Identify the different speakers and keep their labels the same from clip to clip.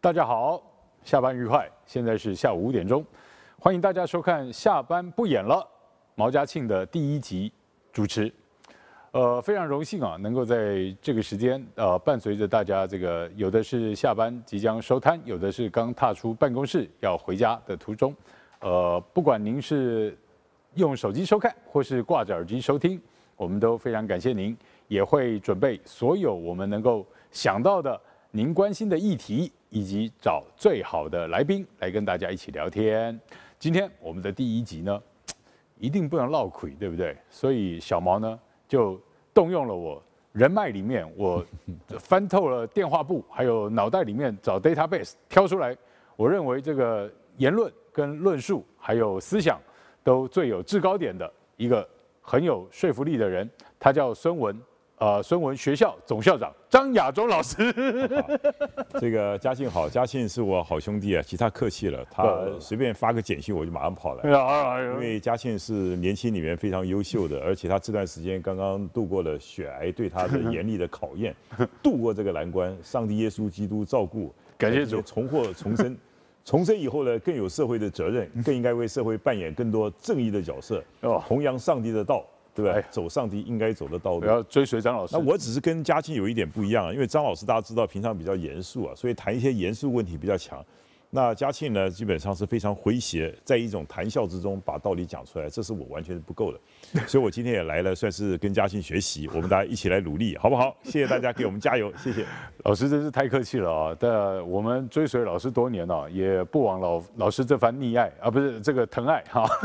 Speaker 1: 大家好，下班愉快。现在是下午5点钟，欢迎大家收看《下班不演了》毛家庆的第1集主持。非常荣幸啊，能够在这个时间伴随着大家有的是下班即将收摊，有的是刚踏出办公室要回家的途中。不管您是用手机收看或是挂着耳机收听，我们都非常感谢您，也会准备所有我们能够想到的您关心的议题，以及找最好的来宾来跟大家一起聊天。今天我们的第1集呢，一定不能落亏，对不对？所以小毛呢就动用了我人脉里面，我翻透了电话簿，还有脑袋里面找 database 挑出来，我认为这个言论跟论述还有思想都最有制高点的一个很有说服力的人，他叫孙文学校总校长张亚中老师。
Speaker 2: 这个嘉庆好，嘉庆是我好兄弟啊，其他客气了，他随便发个简讯我就马上跑来，因为嘉庆是年轻里面非常优秀的，而且他这段时间刚刚度过了血癌对他的严厉的考验，度过这个难关，上帝耶稣基督照顾，
Speaker 1: 感谢主，
Speaker 2: 重获重生。重生以后呢，更有社会的责任，更应该为社会扮演更多正义的角色，弘扬上帝的道，对不对？走上帝应该走的道路。
Speaker 1: 不要追随张老师。
Speaker 2: 那我只是跟嘉庆有一点不一样，因为张老师大家知道平常比较严肃啊，所以谈一些严肃问题比较强。那嘉庆呢，基本上是非常诙谐，在一种谈笑之中把道理讲出来，这是我完全不够的。所以我今天也来了，算是跟嘉庆学习，我们大家一起来努力，好不好？谢谢大家给我们加油，谢谢。
Speaker 1: 老师真是太客气了啊！但我们追随老师多年了，也不枉老师这番溺爱啊，不是这个疼爱哈。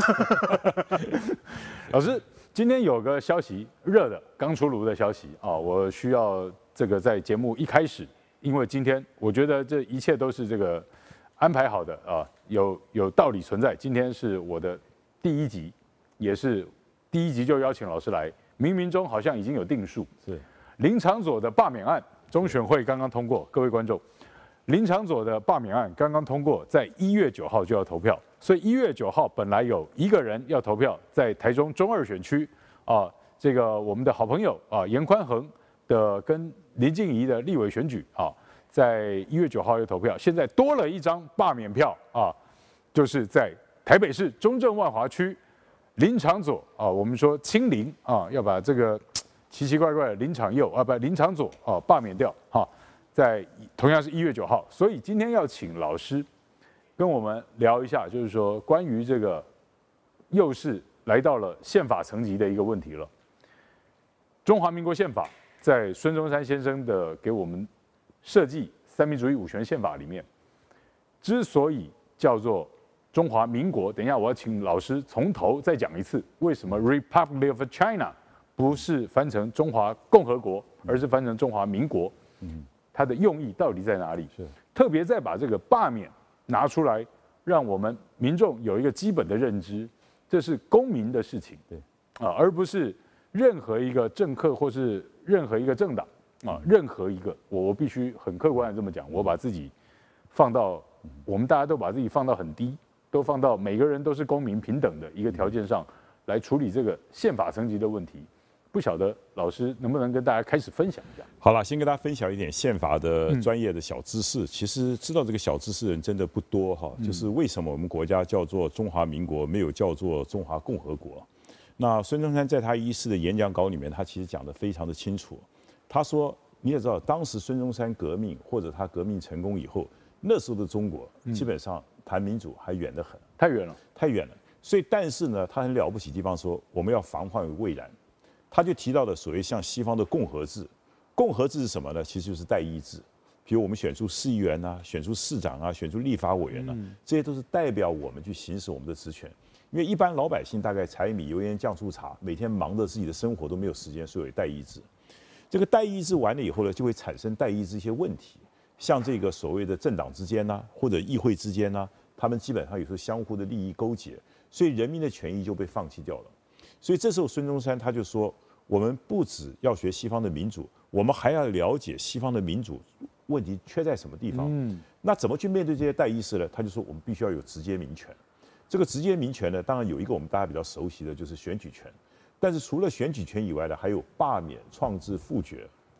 Speaker 1: 老师，今天有个消息，热的刚出炉的消息啊，我需要在节目一开始，因为今天我觉得这一切都是安排好的啊，有道理存在。今天是我的第1集，也是第1集就邀请老师来，冥冥中好像已经有定数。
Speaker 2: 是
Speaker 1: 林昶佐的罢免案，中选会刚刚通过，各位观众，林昶佐的罢免案刚刚通过，在1月9号就要投票，所以1月9号本来有1个人要投票，在台中中2选区啊，我们的好朋友啊严宽恒的跟林静怡的立委选举啊。在1月9号要投票，现在多了一张罢免票啊，就是在台北市中正万华区林昶佐啊，我们说清林啊，要把这个奇奇怪怪的林昶佑啊，不林昶佐啊罢免掉哈，在同样是1月9号，所以今天要请老师跟我们聊一下，就是说关于又是来到了宪法层级的一个问题了。中华民国宪法在孙中山先生的给我们设计三民主义5权宪法里面，之所以叫做中华民国，等一下我要请老师从头再讲一次，为什么 Republic of China 不是翻成中华共和国，而是翻成中华民国？它的用意到底在哪里？是特别再把这个罢免拿出来，让我们民众有一个基本的认知，这是公民的事情，对啊，而不是任何一个政客或是任何一个政党。任何一个，我必须很客观的这么讲，我把自己放到，我们大家都把自己放到很低，都放到每个人都是公民平等的一个条件上来处理这个宪法层级的问题。不晓得老师能不能跟大家开始分享一下？
Speaker 2: 好了，先跟大家分享一点宪法的专业的小知识。其实知道这个小知识的人真的不多哈，就是为什么我们国家叫做中华民国，没有叫做中华共和国？那孙中山在他1世的演讲稿里面，他其实讲得非常的清楚。他说：“你也知道，当时孙中山革命或者他革命成功以后，那时候的中国基本上谈民主还远得很，
Speaker 1: 太远了，
Speaker 2: 太远了。所以，但是呢，他很了不起的地方说，我们要防患于未然。他就提到了所谓像西方的共和制，共和制是什么呢？其实就是代议制。比如我们选出市议员啊，选出市长啊，选出立法委员啊，这些都是代表我们去行使我们的职权。因为一般老百姓大概柴米油盐酱醋茶，每天忙着自己的生活都没有时间，所以代议制。”这个代议制完了以后呢，就会产生代议制一些问题，像这个所谓的政党之间呢，或者议会之间呢，他们基本上有时候相互的利益勾结，所以人民的权益就被放弃掉了。所以这时候孙中山他就说，我们不只要学西方的民主，我们还要了解西方的民主问题缺在什么地方。那怎么去面对这些代议士呢？他就说，我们必须要有直接民权。这个直接民权呢，当然有一个我们大家比较熟悉的就是选举权。但是除了选举权以外呢，还有罢免、创制、复决啊。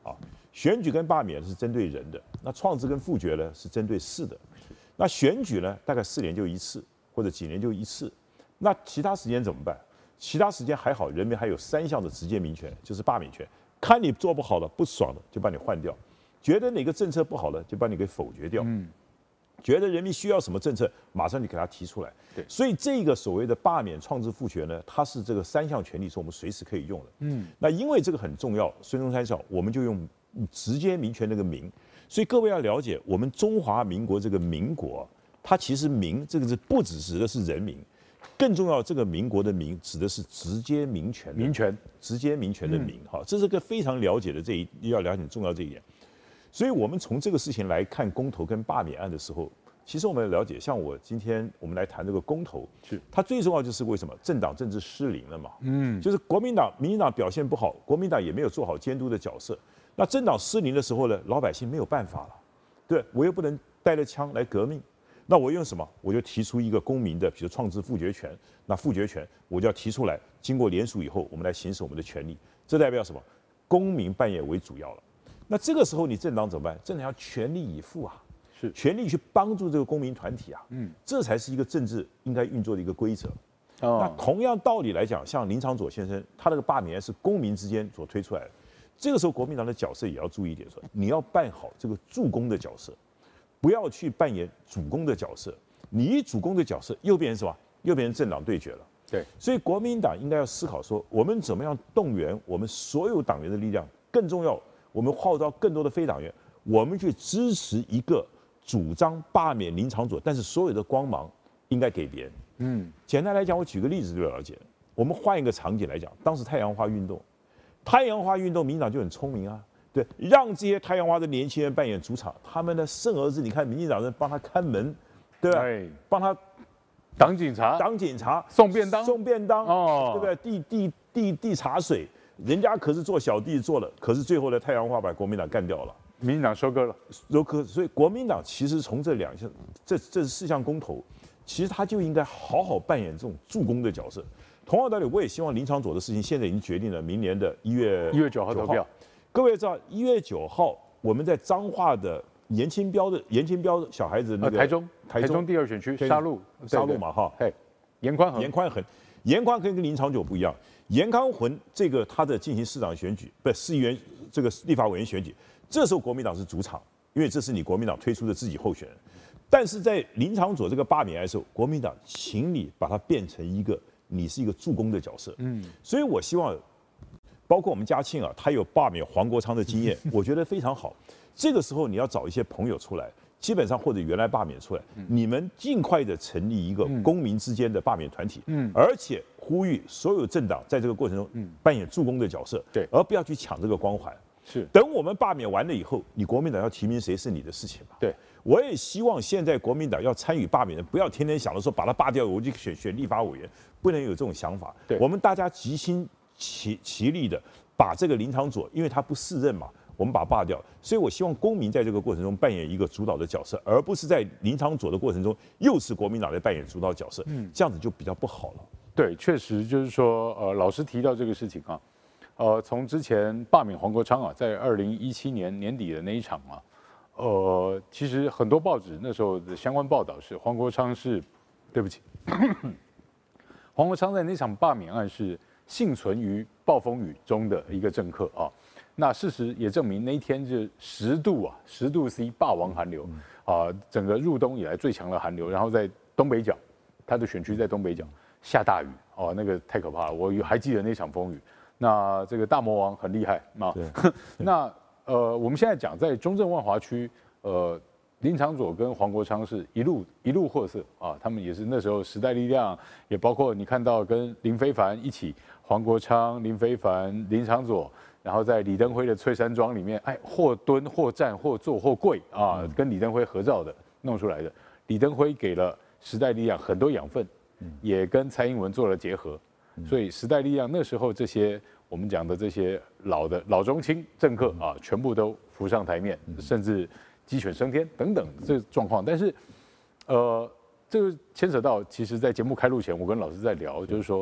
Speaker 2: 选举跟罢免是针对人的，那创制跟复决呢是针对事的。那选举呢，大概4年就一次，或者几年就一次。那其他时间怎么办？其他时间还好，人民还有3项的直接民权，就是罢免权。看你做不好了、不爽的，就把你换掉；觉得哪个政策不好了，就把你给否决掉。觉得人民需要什么政策，马上就给他提出来。
Speaker 1: 对，
Speaker 2: 所以这个所谓的罢免、创制、复决呢，它是这个3项权利是我们随时可以用的。那因为这个很重要，孙中山说我们就用直接民权那个民。所以各位要了解，我们中华民国这个民国，它其实民这个字不只指的是人民，更重要，这个民国的民指的是直接民权的
Speaker 1: 民权，
Speaker 2: 直接民权的民。哈，这是个非常了解的要了解很重要这一点。所以我们从这个事情来看公投跟罢免案的时候，其实我们了解，像今天我们来谈这个公投，它最重要就是为什么政党政治失灵了嘛？就是国民党、民进党表现不好，国民党也没有做好监督的角色。那政党失灵的时候呢，老百姓没有办法了，对我又不能带着枪来革命，那我用什么？我就提出一个公民的，比如创制复决权。那复决权我就要提出来，经过联署以后，我们来行使我们的权利。这代表什么？公民扮演为主要了。那这个时候你政党怎么办？政党要全力以赴啊，
Speaker 1: 是
Speaker 2: 全力去帮助这个公民团体啊，这才是一个政治应该运作的一个规则。那同样道理来讲，像林长佐先生，他那个罢免案是公民之间所推出来的，这个时候国民党的角色也要注意一点，说你要扮好这个助攻的角色，不要去扮演主攻的角色。你一主攻的角色，又变成什么？又变成政党对决了。
Speaker 1: 对，
Speaker 2: 所以国民党应该要思考说，我们怎么样动员我们所有党员的力量，更重要。我们号召更多的非党员，我们去支持一个主张罢免林长佐，但是所有的光芒应该给别人。简单来讲，我举个例子就了解。我们换一个场景来讲，当时太阳花运动，民进党就很聪明啊，对，让这些太阳花的年轻人扮演主场，他们的圣儿子，你看民进党人帮他看门，对吧？帮他
Speaker 1: 当警察，送便当，哦，对
Speaker 2: 不对？递茶水。人家可是做小弟做了，可是最后呢，太阳花把国民党干掉了，
Speaker 1: 民进党收割了。
Speaker 2: 所以国民党其实从这2项，这4项公投，其实他就应该好好扮演这种助攻的角色。同样道理，我也希望林长佐的事情现在已经决定了，明年的1月9号投票。各位知道1月9号我们在彰化的严清标小孩子那个
Speaker 1: 台中第2选区沙鹿
Speaker 2: 嘛哈，
Speaker 1: 严宽
Speaker 2: 恒跟林长佐不一样。严宽恒这个他的进行市长选举，不是市议员这个立法委员选举，这时候国民党是主场，因为这是你国民党推出的自己候选人。但是在林长佐这个罢免案的时候，国民党请你把它变成你是一个助攻的角色。所以我希望，包括我们嘉庆啊，他有罢免黄国昌的经验，我觉得非常好。这个时候你要找一些朋友出来。基本上或者原来罢免出来，你们尽快的成立一个公民之间的罢免团体，而且呼吁所有政党在这个过程中扮演助攻的角色，
Speaker 1: 对，
Speaker 2: 而不要去抢这个光环。
Speaker 1: 是，
Speaker 2: 等我们罢免完了以后，你国民党要提名谁是你的事情嘛？
Speaker 1: 对，
Speaker 2: 我也希望现在国民党要参与罢免的，不要天天想着说把它罢掉，我就选立法委员，不能有这种想法。
Speaker 1: 对，
Speaker 2: 我们大家齐心齐力的把这个林长佐，因为他不适任嘛。我们把它罢掉，所以我希望公民在这个过程中扮演一个主导的角色，而不是在林长佐的过程中又是国民党在扮演主导角色，这样子就比较不好了。
Speaker 1: 对，确实就是说，老师提到这个事情啊，从之前罢免黄国昌啊，在2017年年底的那一场啊，其实很多报纸那时候的相关报道是黄国昌是，对不起，黄国昌在那场罢免案是幸存于暴风雨中的一个政客啊。那事实也证明，那一天是10度 C 霸王寒流啊，整个入冬以来最强的寒流。然后在东北角，他的选区在东北角下大雨哦，那个太可怕了。我还记得那场风雨。那这个大魔王很厉害啊。那我们现在讲在中正万华区，林长佐跟黄国昌是一路货色啊，他们也是那时候时代力量，也包括你看到跟林非凡一起，黄国昌、林非凡、林长佐。然后在李登辉的翠山庄里面，或蹲或站或坐或跪啊，跟李登辉合照的弄出来的。李登辉给了时代力量很多养分，也跟蔡英文做了结合，所以时代力量那时候这些我们讲的这些老中青政客啊，全部都浮上台面，甚至鸡犬升天等等这状况。但是，这个牵扯到，其实在节目开录前，我跟老师在聊，就是说。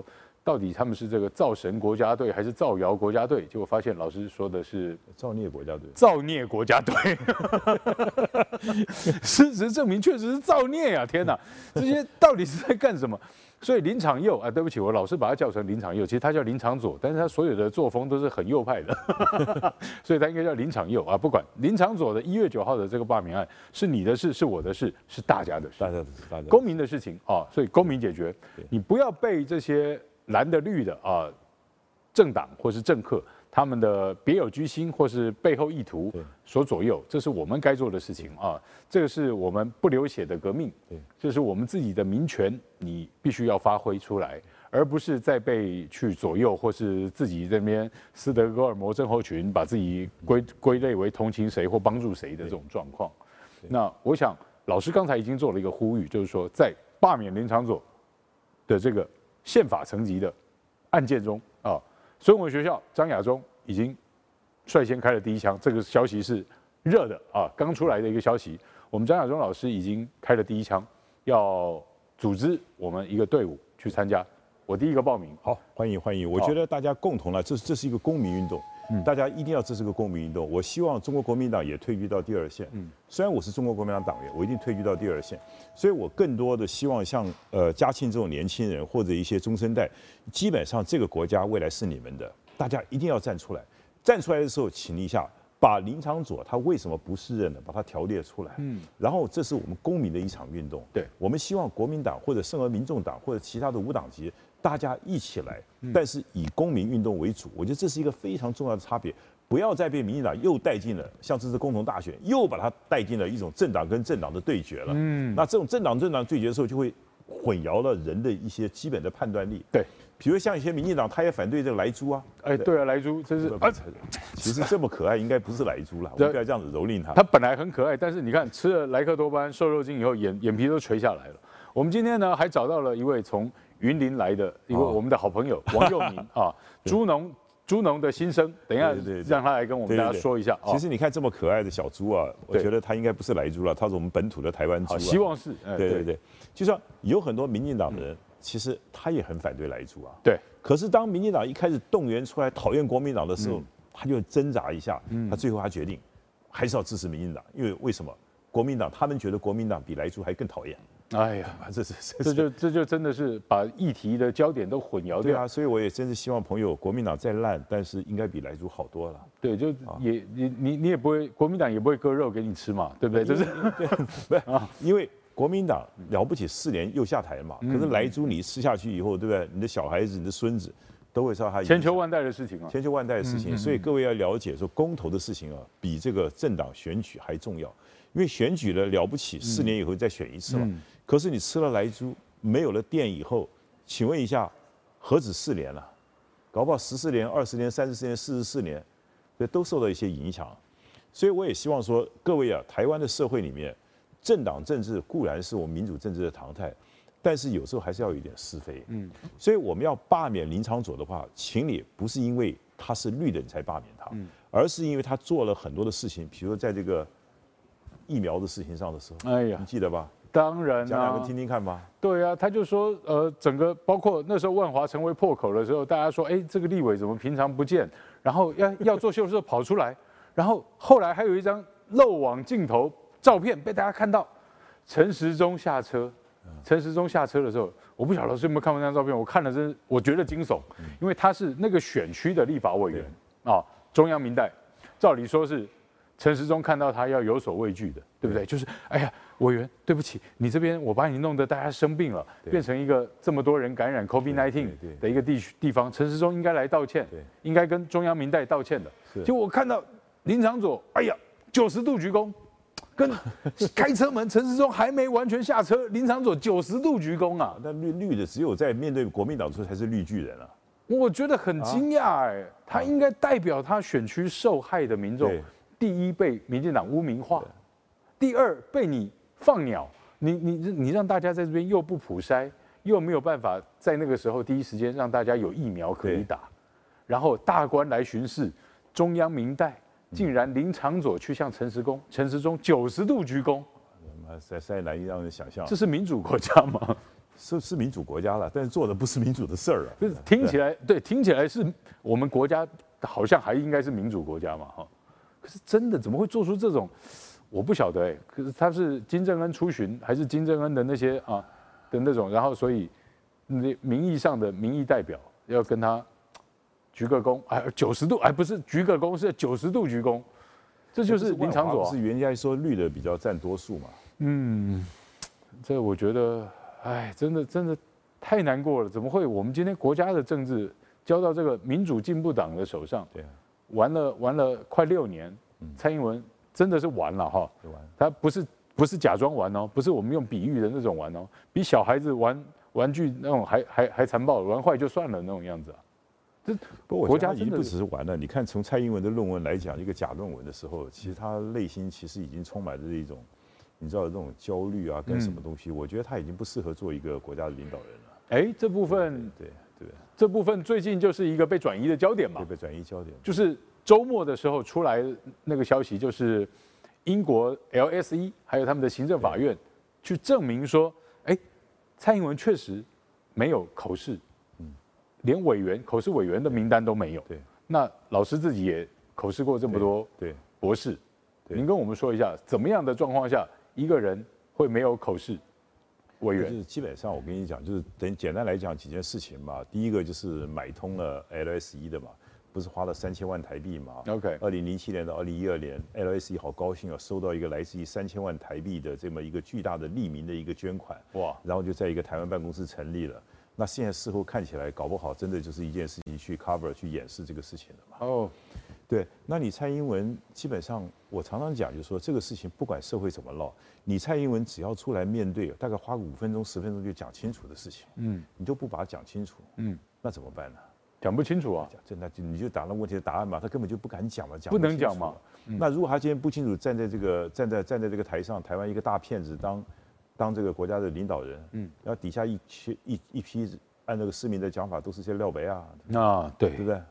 Speaker 1: 到底他们是这个造神国家队还是造谣国家队？结果发现老师说的是
Speaker 2: 造孽国家队，
Speaker 1: 造孽国家队。事实证明确实是造孽啊！天哪，这些到底是在干什么？所以林昶佑啊，对不起，我老是把他叫成林昶佑，其实他叫林昶佐，但是他所有的作风都是很右派的，所以他应该叫林昶佑啊。不管林昶佐的1月9号的这个罢免案是你的事，是我的事，是大家的事，
Speaker 2: 大家的事，大家
Speaker 1: 公民的事情啊，所以公民解决，你不要被这些蓝的绿的啊政党或是政客他们的别有居心或是背后意图所左右，这是我们该做的事情啊。这个是我们不流血的革命，这是我们自己的民权，你必须要发挥出来，而不是再被去左右，或是自己这边斯德哥尔摩症候群，把自己归类为同情谁或帮助谁的这种状况。那我想老师刚才已经做了一个呼吁，就是说在罢免林昶佐的这个宪法层级的案件中啊，孙文学校张亚中已经率先开了第一枪，这个消息是热的啊，刚出来的一个消息。我们张亚中老师已经开了第一枪，要组织我们一个队伍去参加。我第一个报名。
Speaker 2: 好，欢迎欢迎。我觉得大家共同这是一个公民运动，大家一定要这是个公民运动。我希望中国国民党也退居到第2线。虽然我是中国国民党党员，我一定退居到第2线。所以我更多的希望像嘉庆这种年轻人或者一些中生代，基本上这个国家未来是你们的，大家一定要站出来。站出来的时候，请一下。把林昶佐他为什么不适任呢？把它条列出来。然后这是我们公民的一场运动。
Speaker 1: 对，
Speaker 2: 我们希望国民党或者甚而民众党或者其他的无党籍，大家一起来，但是以公民运动为主。我觉得这是一个非常重要的差别，不要再被民进党又带进了，像这次共同大选又把它带进了一种政党跟政党的对决了。那这种政党对决的时候，就会混淆了人的一些基本的判断力。
Speaker 1: 对。
Speaker 2: 比如像一些民进党，他也反对这个莱猪啊。
Speaker 1: 哎，对啊，莱猪这是
Speaker 2: 其实这么可爱，应该不是莱猪啦，我们不要这样子蹂躏它。
Speaker 1: 它本来很可爱，但是你看吃了莱克多巴胺瘦肉精以后，眼皮都垂下来了。我们今天呢还找到了一位从云林来的一位我们的好朋友王佑民啊，猪农的新生，等一下让他来跟我们大家说一下。
Speaker 2: 其实你看这么可爱的小猪啊，我觉得它应该不是莱猪了，它是我们本土的台湾猪。
Speaker 1: 希望是。
Speaker 2: 对，就像有很多民进党的人。其实他也很反对莱猪啊，
Speaker 1: 对。
Speaker 2: 可是当民进党一开始动员出来讨厌国民党的时候，他就挣扎一下，他最后他决定还是要支持民进党，因为为什么？国民党他们觉得国民党比莱猪还更讨厌。
Speaker 1: 哎呀，这就真的是把议题的焦点都混淆掉。
Speaker 2: 对啊，所以我也真是希望朋友，国民党再烂，但是应该比莱猪好多了。
Speaker 1: 对，就你也不会，国民党也不会割肉给你吃嘛，对不对？就是
Speaker 2: 不是啊，因为。国民党了不起，4年又下台了嘛。可是莱猪你吃下去以后，对不对？你的小孩子、你的孙子都会受他
Speaker 1: 千秋万代的事情啊，
Speaker 2: 千秋万代的事情。所以各位要了解，说公投的事情啊，比这个政党选举还重要。因为选举了不起，4年以后再选一次嘛。可是你吃了莱猪，没有了电以后，请问一下，何止4年了？搞不好14年、20年、30年、44年，都受到一些影响。所以我也希望说，各位啊，台湾的社会里面。政党政治固然是我们民主政治的常态，但是有时候还是要有一点是非。所以我们要罢免林昶佐的话，请你不是因为他是绿的你才罢免他，而是因为他做了很多的事情，比如说在这个疫苗的事情上的时候，
Speaker 1: 哎呀，
Speaker 2: 你记得吧？
Speaker 1: 当然啊，
Speaker 2: 讲两个听听看吧。
Speaker 1: 对啊，他就说整个包括那时候万华成为破口的时候，大家说，哎，这个立委怎么平常不见？然后要做秀的时候跑出来，然后后来还有一张漏网镜头。照片被大家看到，陈时中下车。陈时中下车的时候，我不晓得老师有没有看过那张照片，我看了我觉得惊悚，因为他是那个选区的立法委员啊，中央民代，照理说是陈时中看到他要有所畏惧的，对不对？就是哎呀，委员，对不起，你这边我把你弄得大家生病了，变成一个这么多人感染 COVID-19 的一个地方，陈时中应该来道歉，应该跟中央民代道歉的。结果我看到林昶佐，哎呀，90度鞠躬。跟开车门，陈时中还没完全下车，林昶佐90度鞠躬啊！
Speaker 2: 但绿的只有在面对国民党的时候才是绿巨人啊！
Speaker 1: 我觉得很惊讶哎，他应该代表他选区受害的民众，第一被民进党污名化，第二被你放鸟，你让大家在这边又不普筛，又没有办法在那个时候第一时间让大家有疫苗可以打，然后大官来巡视，中央民代。竟然林昶佐去向陈时中90度鞠躬，
Speaker 2: 实在难以让人想象。
Speaker 1: 这是民主国家吗？
Speaker 2: 是民主国家了，但是做的不是民主的事儿啊。
Speaker 1: 就是听起来对，听起来是我们国家好像还应该是民主国家嘛哈，可是真的怎么会做出这种？我不晓得哎，可是他是金正恩出巡，还是金正恩的那些的那种，然后所以名义上的民意代表要跟他鞠个躬，90度，不是鞠个躬，是90度鞠躬，这就是林昶佐。
Speaker 2: 是原来说绿的比较占多数嘛？
Speaker 1: 这我觉得，真的太难过了，怎么会我们今天国家的政治交到这个民主进步党的手上？
Speaker 2: 对啊，
Speaker 1: 玩了快6年，蔡英文真的是完了哈，他不是假装玩哦，不是我们用比喻的那种玩哦，比小孩子玩具那种还残暴，玩坏就算了那种样子啊。
Speaker 2: 不过国家已经不只是玩了，你看从蔡英文的论文来讲，一个假论文的时候，其实他内心其实已经充满着一种，你知道这种焦虑啊，跟什么东西？我觉得他已经不适合做一个国家的领导人了。
Speaker 1: 这部分
Speaker 2: 对，
Speaker 1: 这部分最近就是一个被转移的焦点嘛，
Speaker 2: 被转移焦点，
Speaker 1: 就是周末的时候出来那个消息，就是英国 LSE 还有他们的行政法院去证明说，蔡英文确实没有口试，连口试委员的名单都没有。
Speaker 2: 对，
Speaker 1: 那老师自己也口试过这么多博士，您跟我们说一下，怎么样的状况下一个人会没有口试委员？
Speaker 2: 就是基本上我跟你讲，就是简单来讲几件事情嘛。第一个就是买通了 LSE 的嘛。不是花了3000万台币嘛 ？OK，2007年到2012年 ，LSE 好高兴啊，收到一个来自于3000万台币的这么一个巨大的匿名的一个捐款，哇！然后就在一个台湾办公室成立了。那现在事后看起来，搞不好真的就是一件事情去 cover 去掩饰这个事情了嘛？对。那你蔡英文基本上，我常常讲，就是说这个事情不管社会怎么闹，你蔡英文只要出来面对，大概花个5分钟10分钟就讲清楚的事情，你都不把它讲清楚，那怎么办呢？
Speaker 1: 讲不清楚啊，
Speaker 2: 那你就答那问题的答案嘛，他根本就不敢讲嘛，
Speaker 1: 不能讲嘛。
Speaker 2: 那如果他今天不清楚站在这个台上，台湾一个大骗子当这个国家的领导人，然后底下一批按那个市民的讲法都是些廖北啊，对不对？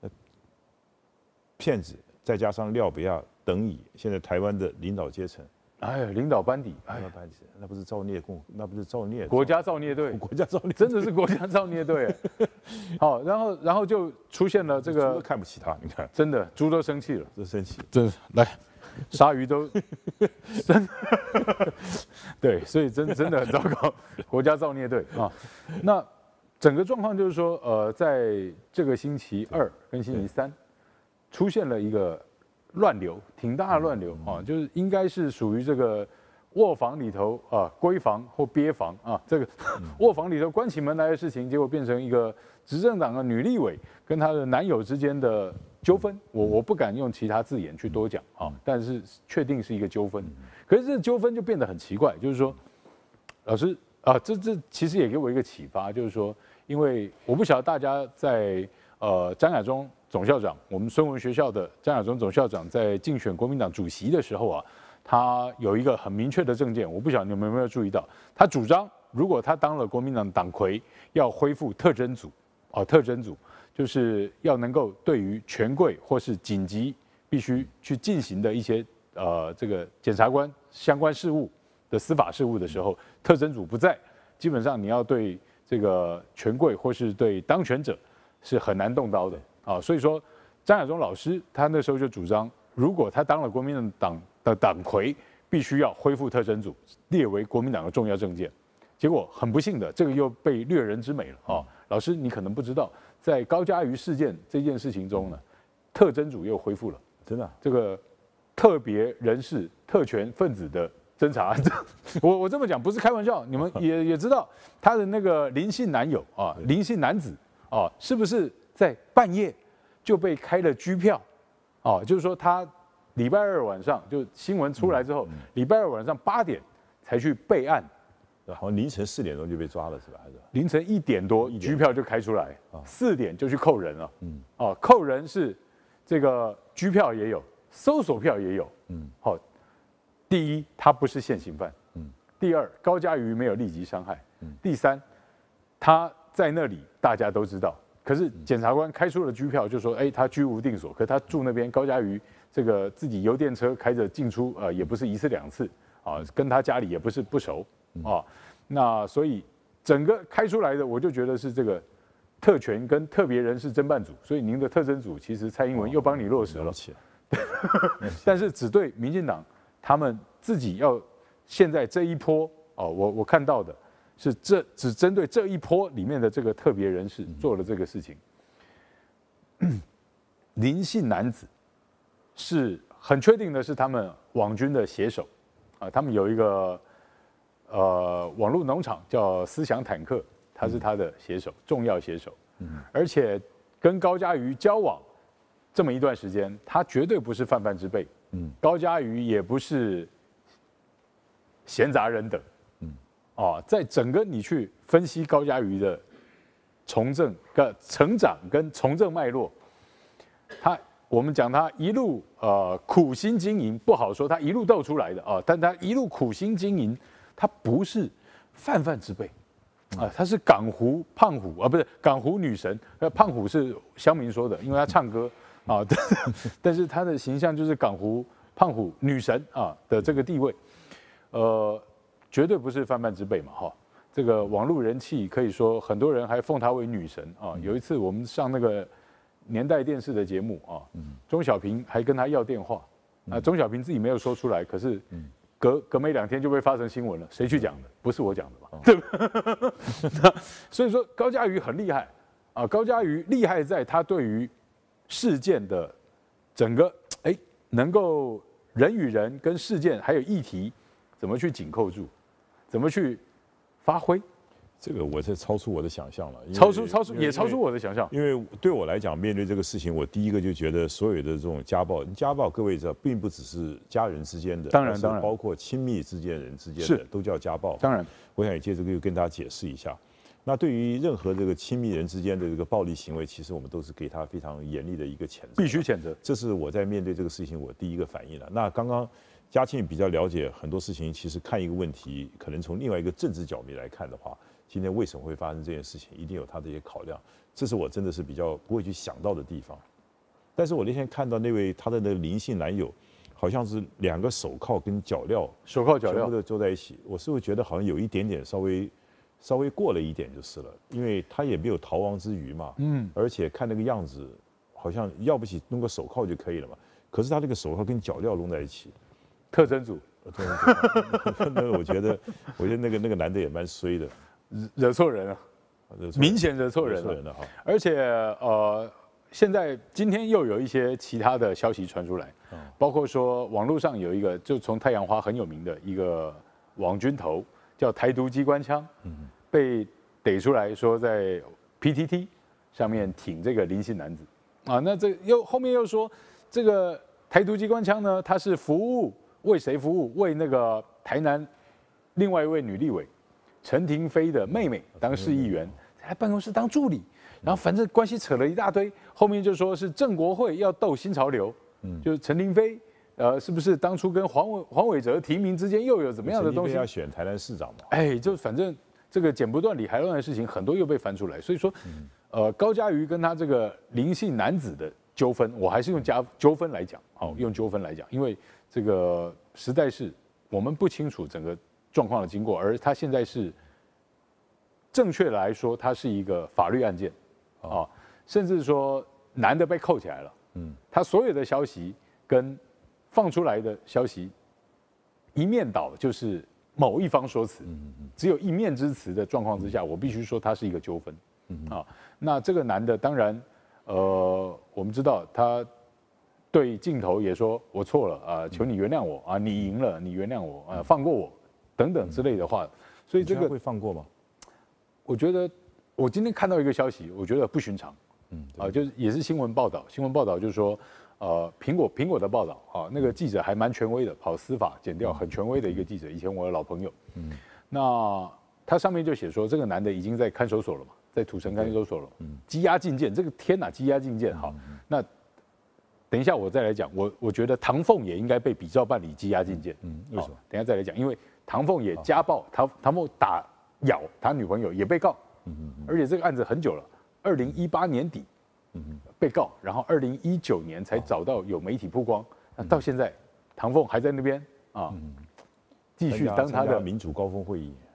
Speaker 2: 骗子再加上廖北亚等以现在台湾的领导阶层。
Speaker 1: 领导班底，
Speaker 2: 那不是造孽那不是造孽，
Speaker 1: 国家造孽队，
Speaker 2: 国家造孽，
Speaker 1: 真的是国家造孽队。好，然后就出现了这个，
Speaker 2: 猪都看不起他，你看，
Speaker 1: 真的猪都生气了，
Speaker 2: 都生气，
Speaker 1: 来，鲨鱼都真，对，所以真的很糟糕，国家造孽队啊。那整个状况就是说，在这个星期2跟星期3，出现了一个乱流，挺大的乱流啊，就是应该是属于这个卧房里头闺房或憋房啊，这个卧房里头关起门来的事情，结果变成一个执政党的女立委跟她的男友之间的纠纷。我不敢用其他字眼去多讲啊，但是确定是一个纠纷。可是这个纠纷就变得很奇怪，就是说，老师这其实也给我一个启发，就是说，因为我不晓得大家在张亚中总校长，我们孙文学校的张亚中总校长在竞选国民党主席的时候啊，他有一个很明确的政见，我不晓得你们有没有注意到，他主张如果他当了国民党党魁，要恢复特侦组，特侦组就是要能够对于权贵或是紧急必须去进行的一些这个检察官相关事务的司法事务的时候，特侦组不在，基本上你要对这个权贵或是对当权者是很难动刀的。所以说张亚中老师他那时候就主张，如果他当了国民党的党魁，必须要恢复特侦组，列为国民党的重要政见。结果很不幸的，这个又被掠人之美了老师，你可能不知道，在高嘉瑜事件这件事情中呢，特侦组又恢复了，
Speaker 2: 真的
Speaker 1: 这个特别人士、特权分子的侦查案。我这么讲不是开玩笑，你们也知道他的那个林姓男友林姓男子是不是在半夜就被开了拘票？就是说他礼拜2晚上就新闻出来之后，礼拜2晚上8点才去备案，
Speaker 2: 好像凌晨4点钟就被抓了是吧？还是
Speaker 1: 凌晨1点多拘票就开出来，4点就去扣人了。扣人是这个拘票也有，搜索票也有。好，第一他不是现行犯，第二高嘉瑜没有立即伤害，第三他在那里大家都知道。可是检察官开出了拘票，就说，他居无定所。可他住那边，高嘉瑜这个自己油电车开着进出，也不是1次2次，跟他家里也不是不熟，那所以整个开出来的，我就觉得是这个特权跟特别人士侦办组，所以您的特侦组其实蔡英文又帮你落实了，但是只对民进党他们自己要现在这一波哦，我看到的是只针对这一波里面的这个特别人士做了这个事情。林姓男子是很确定的是他们网军的写手啊，他们有一个网络农场叫思想坦克，他是他的写手，重要写手，而且跟高嘉瑜交往这么一段时间，他绝对不是泛泛之辈，高嘉瑜也不是闲杂人等，在整个你去分析高嘉瑜的从政的成长跟从政脉络，我们讲他一路苦心经营，不好说他一路斗出来的啊，但他一路苦心经营，他不是泛泛之辈啊，他是港湖胖虎啊，不是港湖女神，胖虎是乡民说的，因为他唱歌啊，但是他的形象就是港湖胖虎女神啊的这个地位，绝对不是泛泛之辈嘛哈。这个网络人气可以说很多人还奉她为女神啊。有一次我们上那个年代电视的节目啊，钟小平还跟她要电话，钟小平自己没有说出来，可是隔没2天就被发成新闻了。谁去讲的？不是我讲的嘛，对吧？所以说高嘉瑜很厉害啊，高嘉瑜厉害在他对于事件的整个能够人与人跟事件还有议题怎么去紧扣住，怎么去发挥，
Speaker 2: 这个我是超出我的想象了，
Speaker 1: 超出我的想象。
Speaker 2: 因为对我来讲，面对这个事情，我第一个就觉得所有的这种家暴，各位知道，并不只是家人之间的，
Speaker 1: 当然，
Speaker 2: 包括亲密之间人之间的，都叫家暴。
Speaker 1: 当然，
Speaker 2: 我想也借这个就跟大家解释一下。那对于任何这个亲密人之间的这个暴力行为，其实我们都是给他非常严厉的一个谴责，
Speaker 1: 必须谴责。
Speaker 2: 这是我在面对这个事情我第一个反应了。那刚刚嘉庆比较了解很多事情，其实看一个问题，可能从另外一个政治角度来看的话，今天为什么会发生这件事情，一定有他的一些考量，这是我真的是比较不会去想到的地方。但是我那天看到那位他的那个林姓男友，好像是2个手铐跟脚镣，全部都揪在一起，我是会觉得好像有一点点稍微过了一点就是了，因为他也没有逃亡之余嘛，而且看那个样子，好像要不起弄个手铐就可以了嘛，可是他这个手铐跟脚镣弄在一起，
Speaker 1: 特侦组，
Speaker 2: 那我觉得那个男的也蛮衰的，
Speaker 1: 惹错人了，明显惹错人了哈。而且现在今天又有一些其他的消息传出来，包括说网络上有一个就从太阳花很有名的一个网军头叫台独机关枪，被逮出来说在 PTT 上面挺这个林姓男子啊，那这后面又说这个台独机关枪呢，他是为谁服务？为那个台南另外一位女立委陈亭妃的妹妹当市议员，在办公室当助理，然后反正关系扯了一大堆，后面就说是郑国会要斗新潮流，就是陈亭妃。是不是当初跟黄伟哲提名之间又有怎么样的东西？
Speaker 2: 要选台南市长嘛？
Speaker 1: 就反正这个剪不断理还乱的事情很多又被翻出来，所以说，高嘉瑜跟他这个林姓男子的纠纷，我还是用纠纷来讲，用纠纷来讲，因为这个实在是我们不清楚整个状况的经过，而他现在是正确来说，它是一个法律案件，甚至说男的被扣起来了，他所有的消息跟放出来的消息一面倒，就是某一方说辞，只有一面之词的状况之下，我必须说它是一个纠纷，那这个男的当然，我们知道他对镜头也说我错了啊，求你原谅我啊，你赢了，你原谅我啊，放过我等等之类的话，所以这个
Speaker 2: 会放过吗？
Speaker 1: 我觉得我今天看到一个消息，我觉得不寻常，就是也是新闻报道就是说。苹果的报道啊，那个记者还蛮权威的，跑司法检调很权威的一个记者，以前我的老朋友。那他上面就写说，这个男的已经在看守所了嘛，在土城看守所了，羁押禁见，这个天哪，羁押禁见。好，那等一下我再来讲，我觉得唐凤也应该被比照办理羁押禁见。
Speaker 2: 为什么？
Speaker 1: 等一下再来讲，因为唐凤也家暴，唐凤咬他女朋友也被告，而且这个案子很久了，2018年底。被告，然后2019年才找到有媒体曝光，那到现在，唐凤还在那边啊，继续当他的
Speaker 2: 民主高峰会议。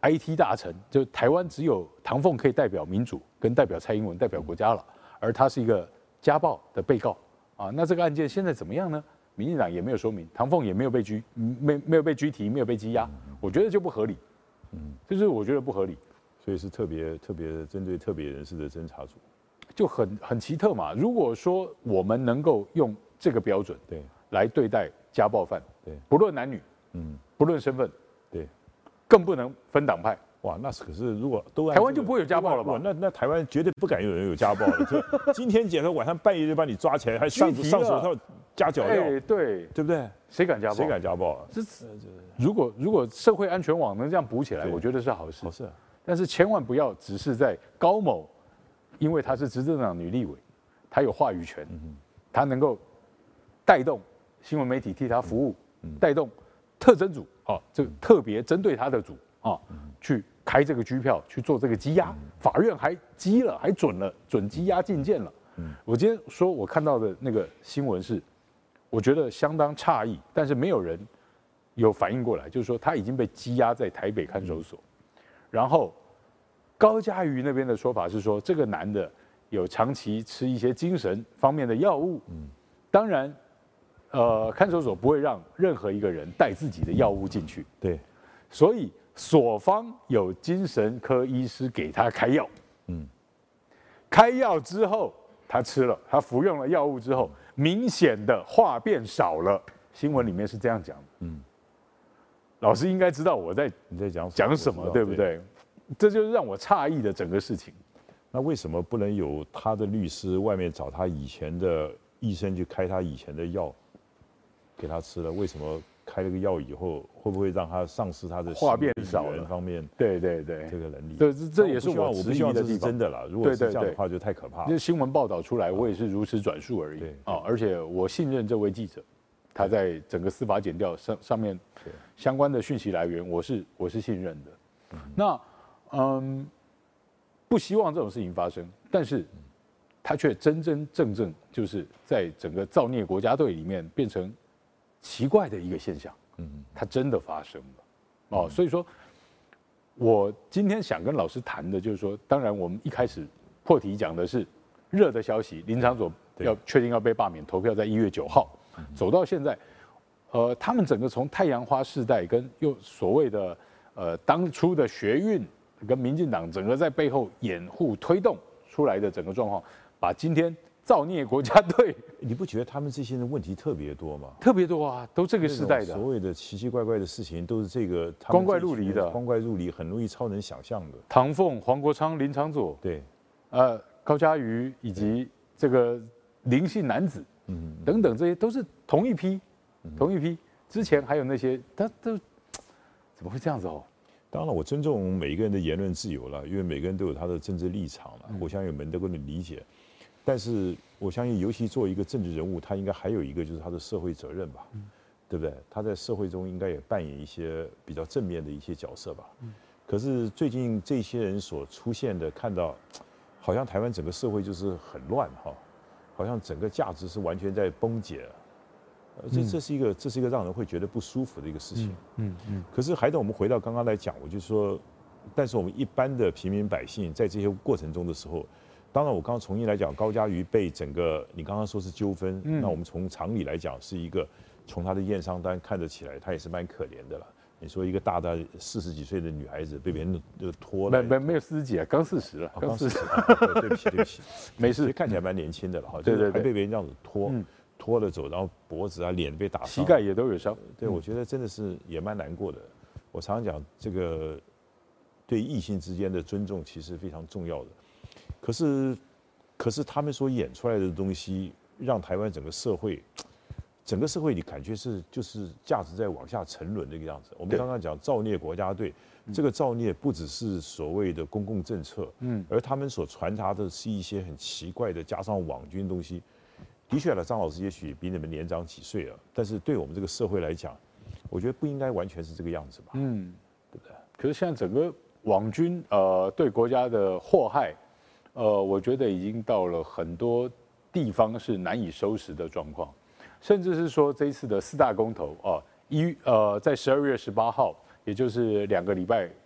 Speaker 1: IT 大臣，就台湾只有唐凤可以代表民主，跟代表蔡英文，代表国家了，而他是一个家暴的被告啊。那这个案件现在怎么样呢？民进党也没有说明，唐凤也没有被没有被拘提，没有被羁押，我觉得就不合理。就是我觉得不合理。
Speaker 2: 所以是特别针对特别人士的侦查组，
Speaker 1: 就很奇特嘛。如果说我们能够用这个标准来对待家暴犯，不论男女，不论身份，更不能分党派。
Speaker 2: 哇，那可是如果都
Speaker 1: 台湾就不会有家暴了吧？
Speaker 2: 那台湾绝对不敢有人有家暴了。今天检测晚上半夜就把你抓起来，还上手铐加脚镣，
Speaker 1: 对
Speaker 2: 不对？
Speaker 1: 谁敢家暴？
Speaker 2: 谁敢家暴啊？
Speaker 1: 如果社会安全网能这样补起来，我觉得是好事。
Speaker 2: 好事。
Speaker 1: 但是千万不要只是在高某，因为她是执政党女立委，她有话语权，她能够带动新闻媒体替她服务，带动特侦组这个特别针对她的组去开这个拘票，去做这个羁押，法院还羁了，还准羁押禁见了。我今天说我看到的那个新闻是，我觉得相当诧异，但是没有人有反应过来，就是说他已经被羁押在台北看守所。然后高嘉瑜那边的说法是说，这个男的有长期吃一些精神方面的药物。当然，看守所不会让任何一个人带自己的药物进去。
Speaker 2: 对，
Speaker 1: 所以所方有精神科医师给他开药。开药之后，他吃了，他服用了药物之后，明显的话变少了。新闻里面是这样讲的。老师应该知道你在讲什么，对不对？这就是让我诧异的整个事情。
Speaker 2: 那为什么不能有他的律师外面找他以前的医生去开他以前的药给他吃了？为什么开了个药以后，会不会让他丧失他的
Speaker 1: 话变少了
Speaker 2: 方面？
Speaker 1: 对，
Speaker 2: 这个能力。
Speaker 1: 这也是我
Speaker 2: 不希望这是真的了。如果是这样的话，就太可怕了。
Speaker 1: 就是新闻报道出来，我也是如实转述而已。而且我信任这位记者。他在整个司法检调上面相关的讯息来源，我是信任的。那不希望这种事情发生，但是他却真正就是在整个造孽国家队里面变成奇怪的一个现象。它真的发生了。所以说，我今天想跟老师谈的就是说，当然我们一开始破题讲的是热的消息，林昶佐要确定要被罢免，投票在1月9号。走到现在，他们整个从太阳花世代跟又所谓的当初的学运跟民进党整个在背后掩护推动出来的整个状况，把今天造孽国家队，
Speaker 2: 你不觉得他们这些人问题特别多吗？
Speaker 1: 特别多啊，都这个时代的
Speaker 2: 所谓的奇奇怪怪的事情，都是这个
Speaker 1: 光怪陆离的，
Speaker 2: 光怪陆离，很容易超人想象的。
Speaker 1: 唐凤、黄国昌、林昶佐，
Speaker 2: 对，
Speaker 1: 高嘉瑜以及这个林姓男子。等等，这些都是同一批。之前还有那些，他都怎么会这样子哦？
Speaker 2: 当然，我尊重每一个人的言论自由了，因为每个人都有他的政治立场了，我相信我们都能理解。但是，我相信，尤其作为一个政治人物，他应该还有一个就是他的社会责任吧，对不对？他在社会中应该也扮演一些比较正面的一些角色吧。可是最近这些人所出现的，看到好像台湾整个社会就是很乱哈。好像整个价值是完全在崩解，这是一个让人会觉得不舒服的一个事情。可是还等我们回到刚刚来讲，我就说，但是我们一般的平民百姓在这些过程中的时候，当然我刚刚重新来讲，高嘉瑜被整个你刚刚说是纠纷，那我们从常理来讲是一个，从他的验伤单看得起来，他也是蛮可怜的了。你说一个大40几岁的女孩子被别人拖了，
Speaker 1: 没有40几啊，刚40了，刚
Speaker 2: 40。对不起，
Speaker 1: 没事，
Speaker 2: 看起来蛮年轻的了哈。
Speaker 1: 对，
Speaker 2: 还被别人这样子拖了走，然后脖子啊、脸被打伤，
Speaker 1: 膝盖也都有伤。
Speaker 2: 对，我觉得真的是也蛮难过的。我常常讲，这个对异性之间的尊重其实非常重要的。可是他们所演出来的东西，让台湾整个社会你感觉就是价值在往下沉沦这个样子。我们刚刚讲造孽国家队，这个造孽不只是所谓的公共政策，而他们所传达的是一些很奇怪的，加上网军东西。的确了，张老师也许比你们年长几岁了，但是对我们这个社会来讲，我觉得不应该完全是这个样子吧，对不对？
Speaker 1: 可是现在整个网军对国家的祸害，我觉得已经到了很多地方是难以收拾的状况。甚至是说这一次的4大公投在12月18号，也就是2个礼拜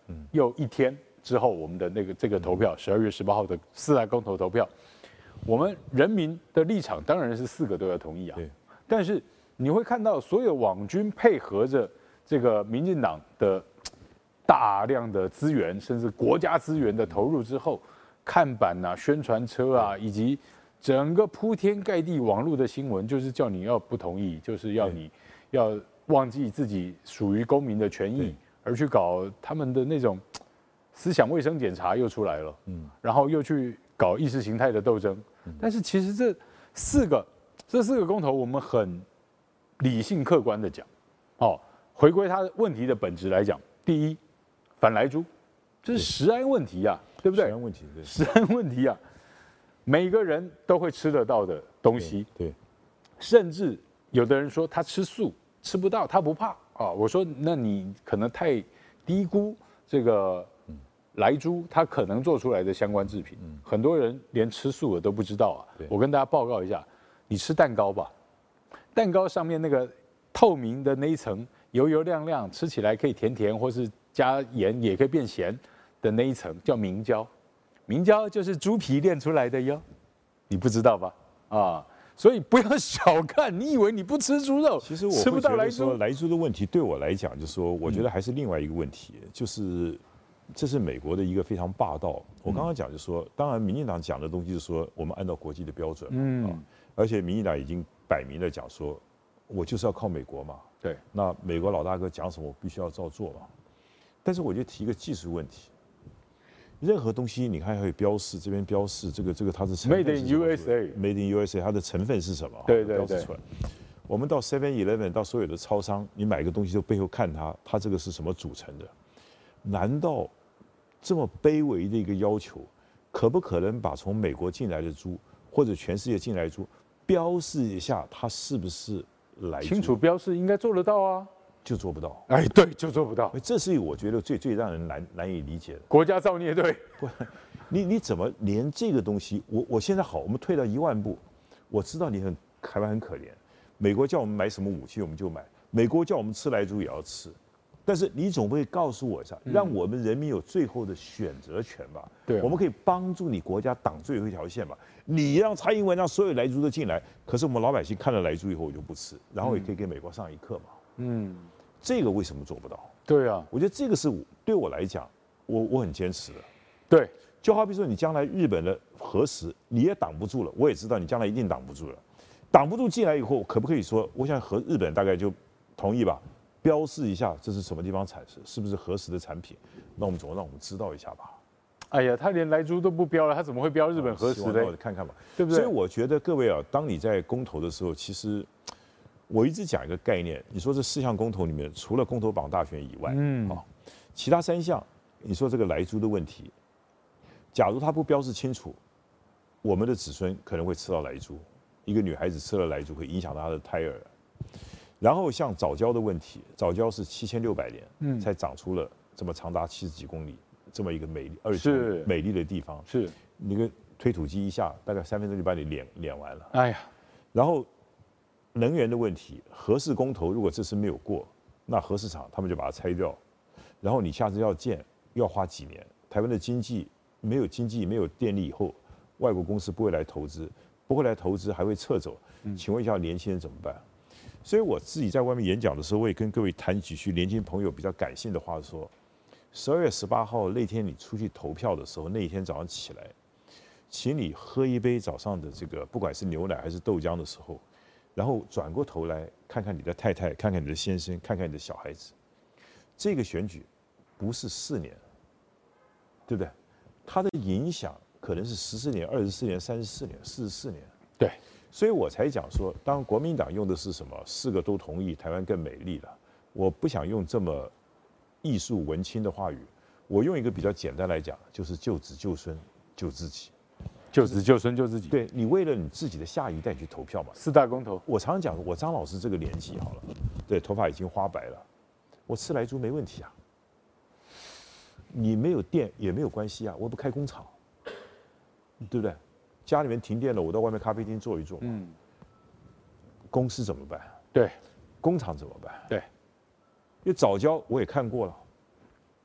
Speaker 1: 又一天之后，我们的这个投票，12月18号的4大公投投票，我们人民的立场当然是4个都要同意啊。但是你会看到所有网军配合着这个民进党的大量的资源，甚至国家资源的投入之后，看板啊、宣传车啊，以及整个铺天盖地网络的新闻，就是叫你要不同意，就是要你要忘记自己属于公民的权益，而去搞他们的那种思想卫生检查又出来了，然后又去搞意识形态的斗争。但是其实这四个公投，我们很理性客观的讲，回归它问题的本质来讲，第一，反莱猪，这是食安问题啊，对不对？
Speaker 2: 食安问题，对，
Speaker 1: 食安问题啊，每个人都会吃得到的东西，
Speaker 2: 对，
Speaker 1: 甚至有的人说他吃素吃不到，他不怕啊。我说那你可能太低估这个莱猪它可能做出来的相关制品，很多人连吃素的都不知道啊。我跟大家报告一下，你吃蛋糕吧，蛋糕上面那个透明的那一层油油亮亮，吃起来可以甜甜，或是加盐也可以变咸的那一层叫明胶，明胶就是猪皮炼出来的哟，你不知道吧？啊，所以不要小看，你以为你不吃猪肉，
Speaker 2: 其实我
Speaker 1: 吃不到莱猪。
Speaker 2: 莱猪的问题对我来讲，就是说，我觉得还是另外一个问题，就是这是美国的一个非常霸道。我刚刚讲就是说，当然民进党讲的东西是说我们按照国际的标准，而且民进党已经摆明了讲说，我就是要靠美国嘛。
Speaker 1: 对，
Speaker 2: 那美国老大哥讲什么，我必须要照做嘛。但是我就提一个技术问题，任何东西你看会标示，这边标示这个它的成分
Speaker 1: Made in USA，Made
Speaker 2: in USA， 它的成分是什么？
Speaker 1: 对，
Speaker 2: 标示出来。我们到 7-Eleven 到所有的超商，你买个东西就背后看它这个是什么组成的？难道这么卑微的一个要求，可不可能把从美国进来的猪或者全世界进来的猪标示一下它是不是来猪？
Speaker 1: 清楚标示应该做得到啊，
Speaker 2: 就做不到。
Speaker 1: 哎，对，就做不到。
Speaker 2: 这是我觉得最让人难以理解的。
Speaker 1: 国家造孽队，
Speaker 2: 你怎么连这个东西？我现在好，我们退到1万步，我知道台湾很可怜，美国叫我们买什么武器我们就买，美国叫我们吃莱猪也要吃，但是你总不会告诉我一下，让我们人民有最后的选择权吧？
Speaker 1: 对，
Speaker 2: 我们可以帮助你国家挡最后一条线吧？你让蔡英文让所有莱猪都进来，可是我们老百姓看了莱猪以后我就不吃，然后也可以给美国上一课嘛？这个为什么做不到？
Speaker 1: 对啊，
Speaker 2: 我觉得这个是对我来讲，我很坚持的。
Speaker 1: 对，
Speaker 2: 就好比说你将来日本的核食你也挡不住了，我也知道你将来一定挡不住了。挡不住进来以后，可不可以说，我想日本大概就同意吧，标示一下这是什么地方产生，是不是核实的产品？那我们总让我们知道一下吧。
Speaker 1: 哎呀，他连莱猪都不标了，他怎么会标日本核实的？
Speaker 2: 看看吧，
Speaker 1: 对不对？
Speaker 2: 所以我觉得各位啊，当你在公投的时候，其实我一直讲一个概念，你说这4项公投里面，除了公投榜大选以外，其他3项，你说这个莱猪的问题，假如他不标示清楚，我们的子孙可能会吃到莱猪。一个女孩子吃了莱猪会影响到她的胎儿。然后像藻礁的问题，藻礁是7600年才长出了这么长达70几公里这么一个美丽的地方。
Speaker 1: 是，
Speaker 2: 那个推土机一下，大概3分钟就把你碾完了。
Speaker 1: 哎呀，
Speaker 2: 然后能源的问题，核四公投如果这次没有过，那核四厂他们就把它拆掉，然后你下次要建要花几年？台湾的经济没有电力以后，外国公司不会来投资。不会来投资还会撤走，请问一下年轻人怎么办？所以我自己在外面演讲的时候，我也跟各位谈几句年轻朋友比较感性的话，说12月18号那天你出去投票的时候，那一天早上起来，请你喝一杯早上的这个不管是牛奶还是豆浆的时候，然后转过头来看看你的太太，看看你的先生，看看你的小孩子。这个选举不是4年，对不对？它的影响可能是14年、24年、34年、44年。
Speaker 1: 对，
Speaker 2: 所以我才讲说，当国民党用的是什么4个都同意，台湾更美丽了。我不想用这么艺术文青的话语，我用一个比较简单来讲，就是救子救孙救自己，
Speaker 1: 救子救孙救自己。
Speaker 2: 对，你为了你自己的下一代去投票嘛。
Speaker 1: 4大公投，
Speaker 2: 我常常讲，我张老师这个年纪好了，对，头发已经花白了，我吃莱猪没问题啊。你没有电也没有关系啊，我不开工厂。对不对？家里面停电了，我到外面咖啡厅坐一坐。公司怎么办？
Speaker 1: 对，
Speaker 2: 工厂怎么办？
Speaker 1: 对，
Speaker 2: 因为藻礁我也看过了，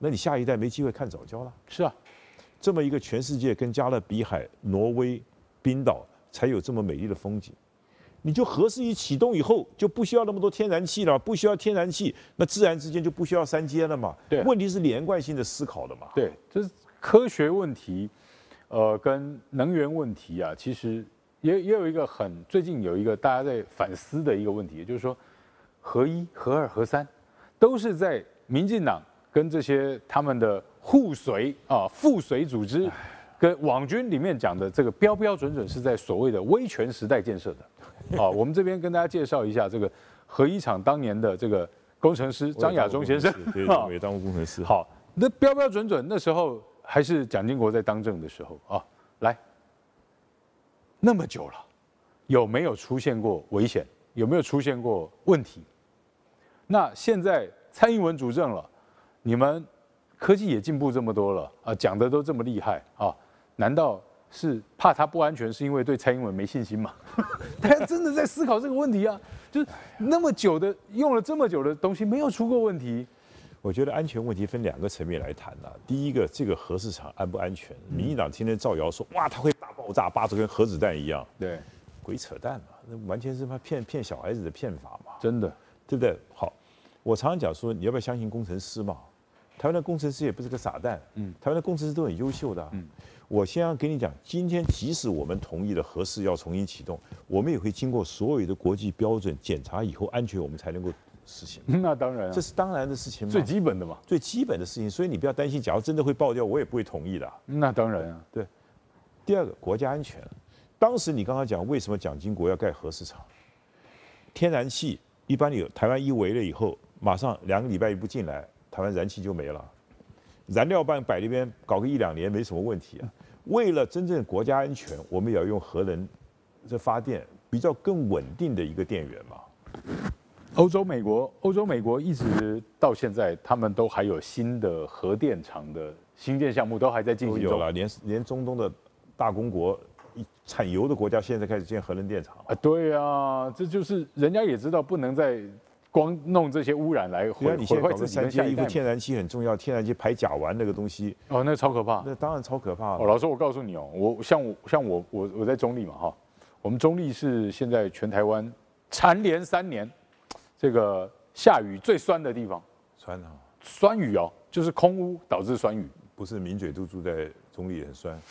Speaker 2: 那你下一代没机会看早教了。
Speaker 1: 是啊，
Speaker 2: 这么一个全世界跟加勒比海、挪威、冰岛才有这么美丽的风景，你就核四一启动以后，就不需要那么多天然气了，不需要天然气，那自然之间就不需要三接了嘛。
Speaker 1: 对，
Speaker 2: 问题是连贯性的思考的嘛。
Speaker 1: 对，这是科学问题，跟能源问题啊，其实也有一个最近有一个大家在反思的一个问题，也就是说，核一、核二、核三都是在民进党跟这些他们的互随啊附随组织跟网军里面讲的这个标标准准是在所谓的威权时代建设的。啊，我们这边跟大家介绍一下这个核一厂当年的这个工程师张亚中先生，
Speaker 2: 对，我也当过工程师。
Speaker 1: 好，那标标准准那时候还是蒋经国在当政的时候啊，来，那么久了，有没有出现过危险？有没有出现过问题？那现在蔡英文主政了，你们科技也进步这么多了啊，讲的都这么厉害啊，难道是怕它不安全，是因为对蔡英文没信心吗？大家真的在思考这个问题啊，就是那么久的用了这么久的东西，没有出过问题。
Speaker 2: 我觉得安全问题分2个层面来谈啊。第一个，这个核市场安不安全？民进党天天造谣说，哇，它会大爆炸，爆得跟核子弹一样。
Speaker 1: 对，
Speaker 2: 鬼扯淡嘛，那完全是骗小孩子的骗法嘛，
Speaker 1: 真的，
Speaker 2: 对不对？好，我常常讲说，你要不要相信工程师嘛？台湾的工程师也不是个傻蛋，台湾的工程师都很优秀的、啊。我先要跟你讲，今天即使我们同意了核四要重新启动，我们也会经过所有的国际标准检查以后安全，我们才能够实行。
Speaker 1: 那当然、啊，
Speaker 2: 这是当然的事情嘛，
Speaker 1: 最基本的嘛，
Speaker 2: 最基本的事情。所以你不要担心，假如真的会爆掉，我也不会同意的、啊。
Speaker 1: 那当然啊，
Speaker 2: 对。第二个，国家安全。当时你刚刚讲为什么蒋经国要盖核市场？天然气一般有台湾一围了以后，马上2个礼拜一不进来，台湾燃气就没了。燃料棒摆那边搞个1、2年没什么问题啊。为了真正国家安全，我们也要用核能这发电比较更稳定的一个电源嘛。
Speaker 1: 欧洲、美国一直到现在，他们都还有新的核电厂的新建项目都还在进行中。
Speaker 2: 都有了，连中东的大公国、产油的国家现在开始建核能电厂
Speaker 1: 啊。对啊，这就是人家也知道不能再光弄这些污染来毁坏自己跟下一代。
Speaker 2: 天然气很重要，天然气排甲烷那个东西，
Speaker 1: 哦，那超可怕。
Speaker 2: 那当然超可怕了。
Speaker 1: 哦，老师，我告诉你哦，我在中立嘛哈，我们中立是现在全台湾蝉联3年这个下雨最酸的地方。
Speaker 2: 酸啊，
Speaker 1: 酸雨哦，就是空污导致酸雨。
Speaker 2: 不是名嘴都住在中立很酸。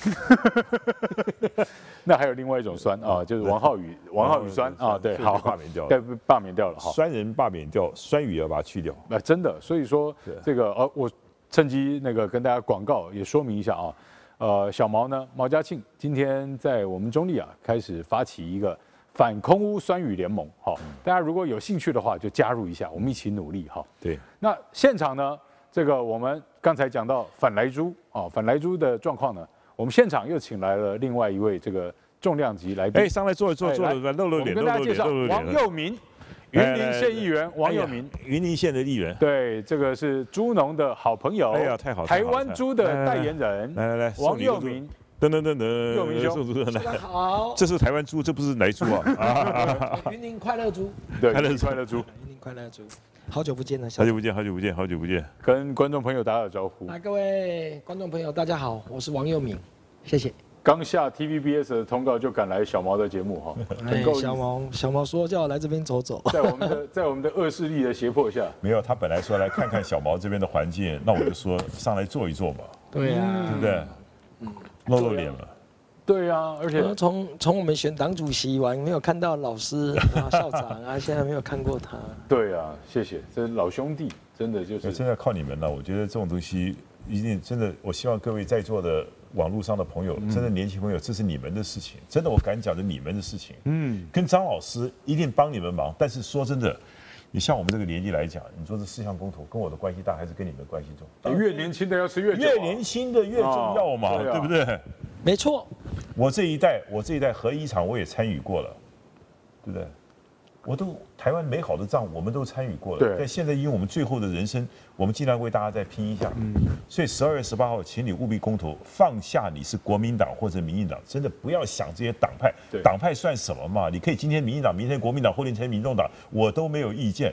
Speaker 1: 那还有另外一种酸啊，就是王浩宇酸啊，对，好，
Speaker 2: 罢免掉了，
Speaker 1: 对，罢免掉了，好，
Speaker 2: 酸人罢免掉，酸雨要把它去掉。
Speaker 1: 那真的，所以说这个我趁机那个跟大家广告也说明一下啊，小毛呢，毛家庆今天在我们中立啊开始发起一个反空污酸雨联盟，好，大家如果有兴趣的话就加入一下，我们一起努力哈。
Speaker 2: 对，
Speaker 1: 那现场呢，这个我们刚才讲到反莱猪啊，反莱猪的状况呢。我们现场又请来了另外一位这个重量级来宾，
Speaker 2: 上来坐，露脸，
Speaker 1: 跟大家介绍王佑民，云林县议员王佑民，
Speaker 2: 云林县的议员，
Speaker 1: 对，这个是猪农的好朋友，
Speaker 2: 哎呀，太好，
Speaker 1: 台湾猪的代言人，
Speaker 2: 来，
Speaker 1: 王佑民，
Speaker 2: 佑
Speaker 1: 民兄，
Speaker 3: 大家好，
Speaker 2: 这是台湾猪，这不是来猪
Speaker 3: 啊，云林快乐猪，
Speaker 1: 对，快乐猪，
Speaker 3: 云林快乐猪。好久不见了，
Speaker 2: 好久不见，
Speaker 1: 跟观众朋友打打招呼。
Speaker 3: 来，各位观众朋友，大家好，我是王佑民，谢谢。
Speaker 1: 刚下 TVBS 的通告就赶来小毛的节目哈，很够。
Speaker 3: 小毛说叫我来这边走走，
Speaker 1: 在我们的恶势力的胁迫下，
Speaker 2: 没有，他本来说来看看小毛这边的环境，那我就说上来坐一坐嘛，
Speaker 3: 对呀，
Speaker 2: 对不对？露脸了。
Speaker 1: 对啊，而且
Speaker 3: 从我们选党主席完，没有看到老师校长啊，现在没有看过他。
Speaker 1: 对啊，谢谢，这老兄弟真的就是。
Speaker 2: 真的靠你们了，我觉得这种东西一定真的，我希望各位在座的网络上的朋友，真的年轻朋友，这是你们的事情，真的我敢讲的你们的事情。跟张老师一定帮你们忙，但是说真的。你像我们这个年纪来讲，你说这4项公投跟我的关系大，还是跟你们的关系重？
Speaker 1: 越年轻的要吃越久，
Speaker 2: 越年轻的越重要嘛，对不对？
Speaker 3: 没错。
Speaker 2: 我这一代核一厂我也参与过了，对不对？台湾美好的仗我们都参与过了。但现在因为我们最后的人生，我们尽量为大家再拼一下。所以12月18号，请你务必公投，放下你是国民党或者民进党，真的不要想这些党派。党派算什么嘛？你可以今天民进党，明天国民党，后天成民众党，我都没有意见。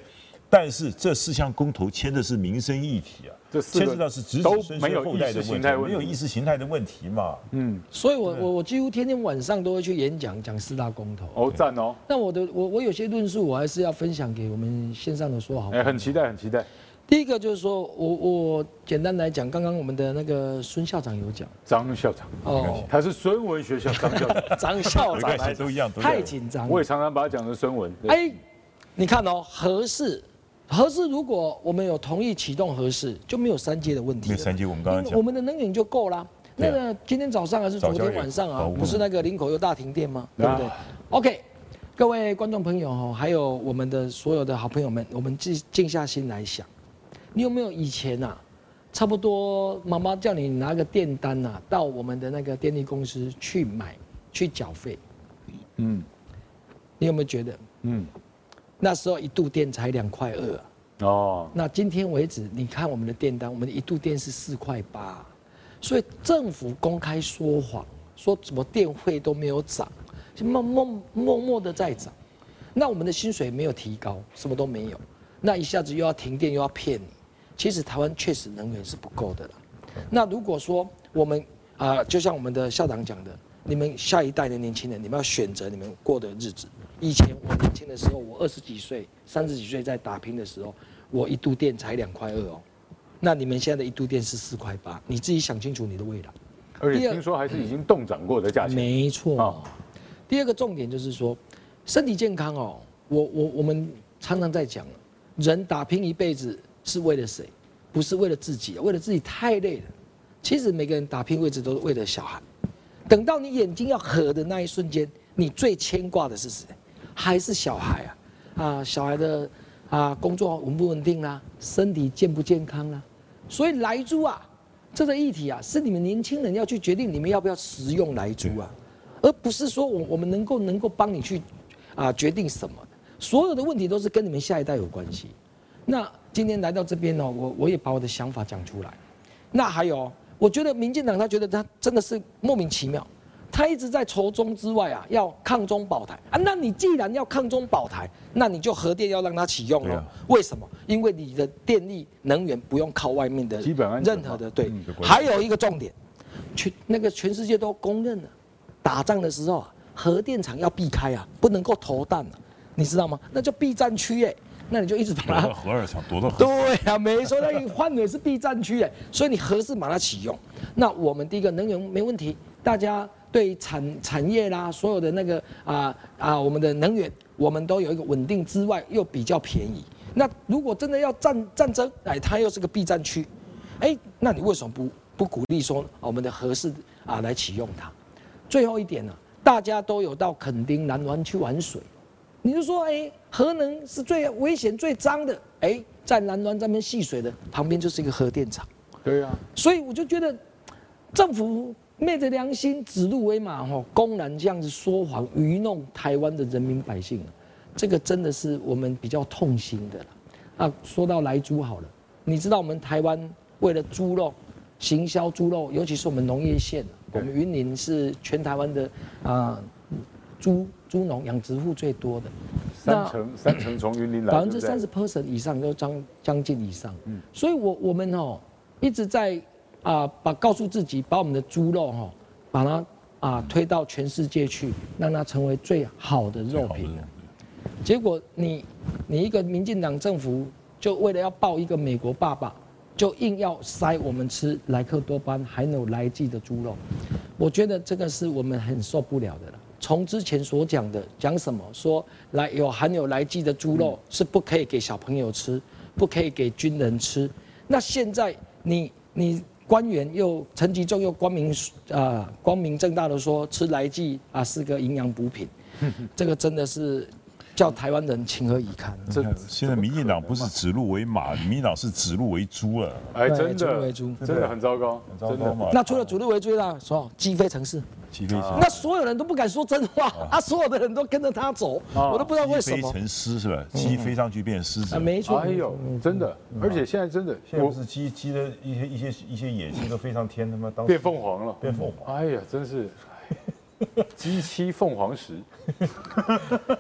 Speaker 2: 但是这4项公投牵的是民生议题啊，牵涉到是子子孙孙后代的问题，没有意识形态的问题嘛。
Speaker 3: 所以我几乎天天晚上都会去演讲，讲4大公投。
Speaker 1: 哦，赞哦。
Speaker 3: 那我有些论述，我还是要分享给我们线上的所有好朋友。
Speaker 1: 很期待，很期待。
Speaker 3: 第一个就是说，我简单来讲，刚刚我们的那个孙校长有讲，
Speaker 1: 张校长哦，他是孙文学校张校长，
Speaker 3: 张校长
Speaker 2: 都一样，
Speaker 3: 太紧张。
Speaker 1: 我也常常把他讲成孙文。
Speaker 3: 哎，你看哦，核四如果我们有同意启动核四，就没有3阶的问题。
Speaker 2: 没有3阶，我们刚刚讲，
Speaker 3: 我们的能源就够啦。那个今天早上还是昨天晚上啊，不是那个林口又大停电吗？对不对 ？OK， 各位观众朋友哦，还有我们的所有的好朋友们，我们静下心来想。你有没有以前啊，差不多妈妈叫你拿个电单啊，到我们的那个电力公司去买去缴费？你有没有觉得？那时候1度电才2.2块啊。哦。那今天为止，你看我们的电单，我们的1度电是4.8块。所以政府公开说谎，说什么电费都没有涨，就默默的在涨。那我们的薪水没有提高，什么都没有。那一下子又要停电，又要骗你。其实台湾确实能源是不够的了。那如果说我们就像我们的校长讲的，你们下一代的年轻人，你们要选择你们过的日子。以前我年轻的时候，我20几岁、30几岁在打拼的时候，我1度电才2.2块哦。那你们现在的1度电是4.8块，你自己想清楚你的未来。
Speaker 1: 而且听说还是已经冻涨过的价钱。
Speaker 3: 没错。第二个重点就是说，身体健康哦，我们常常在讲，人打拼一辈子是为了谁？不是为了自己，为了自己太累了。其实每个人打拼位置都是为了小孩。等到你眼睛要合的那一瞬间，你最牵挂的是谁？还是小孩啊？小孩的工作稳不稳定啦？身体健不健康啦？所以莱猪啊，这个议题啊，是你们年轻人要去决定你们要不要食用莱猪啊，而不是说我们能够帮你去决定什么的。所有的问题都是跟你们下一代有关系。那今天来到这边呢，我也把我的想法讲出来。那还有，我觉得民进党他觉得他真的是莫名其妙，他一直在仇中之外要抗中保台啊。那你既然要抗中保台，那你就核电要让它启用哦。为什么？因为你的电力能源不用靠外面的任何的对。还有一个重点，全世界都公认了，打仗的时候核电厂要避开不能够投弹你知道吗？那叫避战区那你就一直把它
Speaker 2: 躲到核2厂，躲到
Speaker 3: 对没错，那个范围是避战区所以你核是把它启用。那我们第一个能源没问题，大家对产业啦，所有的那个我们的能源，我们都有一个稳定之外，又比较便宜。那如果真的要战争，它又是个避战区，那你为什么不鼓励说我们的核四来启用它？最后一点呢，大家都有到垦丁南湾去玩水。你就说，核能是最危险、最脏的，在南湾这边戏水的旁边就是一个核电厂。
Speaker 1: 对啊，
Speaker 3: 所以我就觉得，政府昧着良心、指鹿为马，公然这样子说谎、愚弄台湾的人民百姓，这个真的是我们比较痛心的了。说到莱猪好了，你知道我们台湾为了猪肉行销猪肉，尤其是我们农业县，我们云林是全台湾的猪农养殖户最多的，
Speaker 1: 三成从云林来
Speaker 3: ，30% 以上都将近以上。所以我们一直在告诉自己，把我们的猪肉把它推到全世界去，让它成为最好的肉品。结果你一个民进党政府，就为了要抱一个美国爸爸，就硬要塞我们吃莱克多巴含有莱剂的猪肉，我觉得这个是我们很受不了的了。从之前所讲什么说含有莱剂的猪肉是不可以给小朋友吃，不可以给军人吃。那现在你官员陈吉仲又光明正大的说吃莱剂是个营养补品，这个真的是叫台湾人情何以堪。
Speaker 2: 现在民进党不是指鹿为马，民进党是指鹿为猪了。
Speaker 1: 真的
Speaker 3: 指鹿为猪，
Speaker 1: 真的很糟糕，
Speaker 2: 真的嘛。
Speaker 3: 那除了指鹿为猪啦，说鸡飞城市。那所有人都不敢说真话所有的人都跟着他走，我都不知道为什么。
Speaker 2: 鸡飞成狮是吧？鸡飞上去变狮子。
Speaker 3: 没错。
Speaker 1: 真的，而且现在真的，
Speaker 2: 现在不是鸡的一些野鸡都飞上天，他妈当
Speaker 1: 变凤凰了，
Speaker 2: 变凤凰。
Speaker 1: 真是鸡栖凤凰石。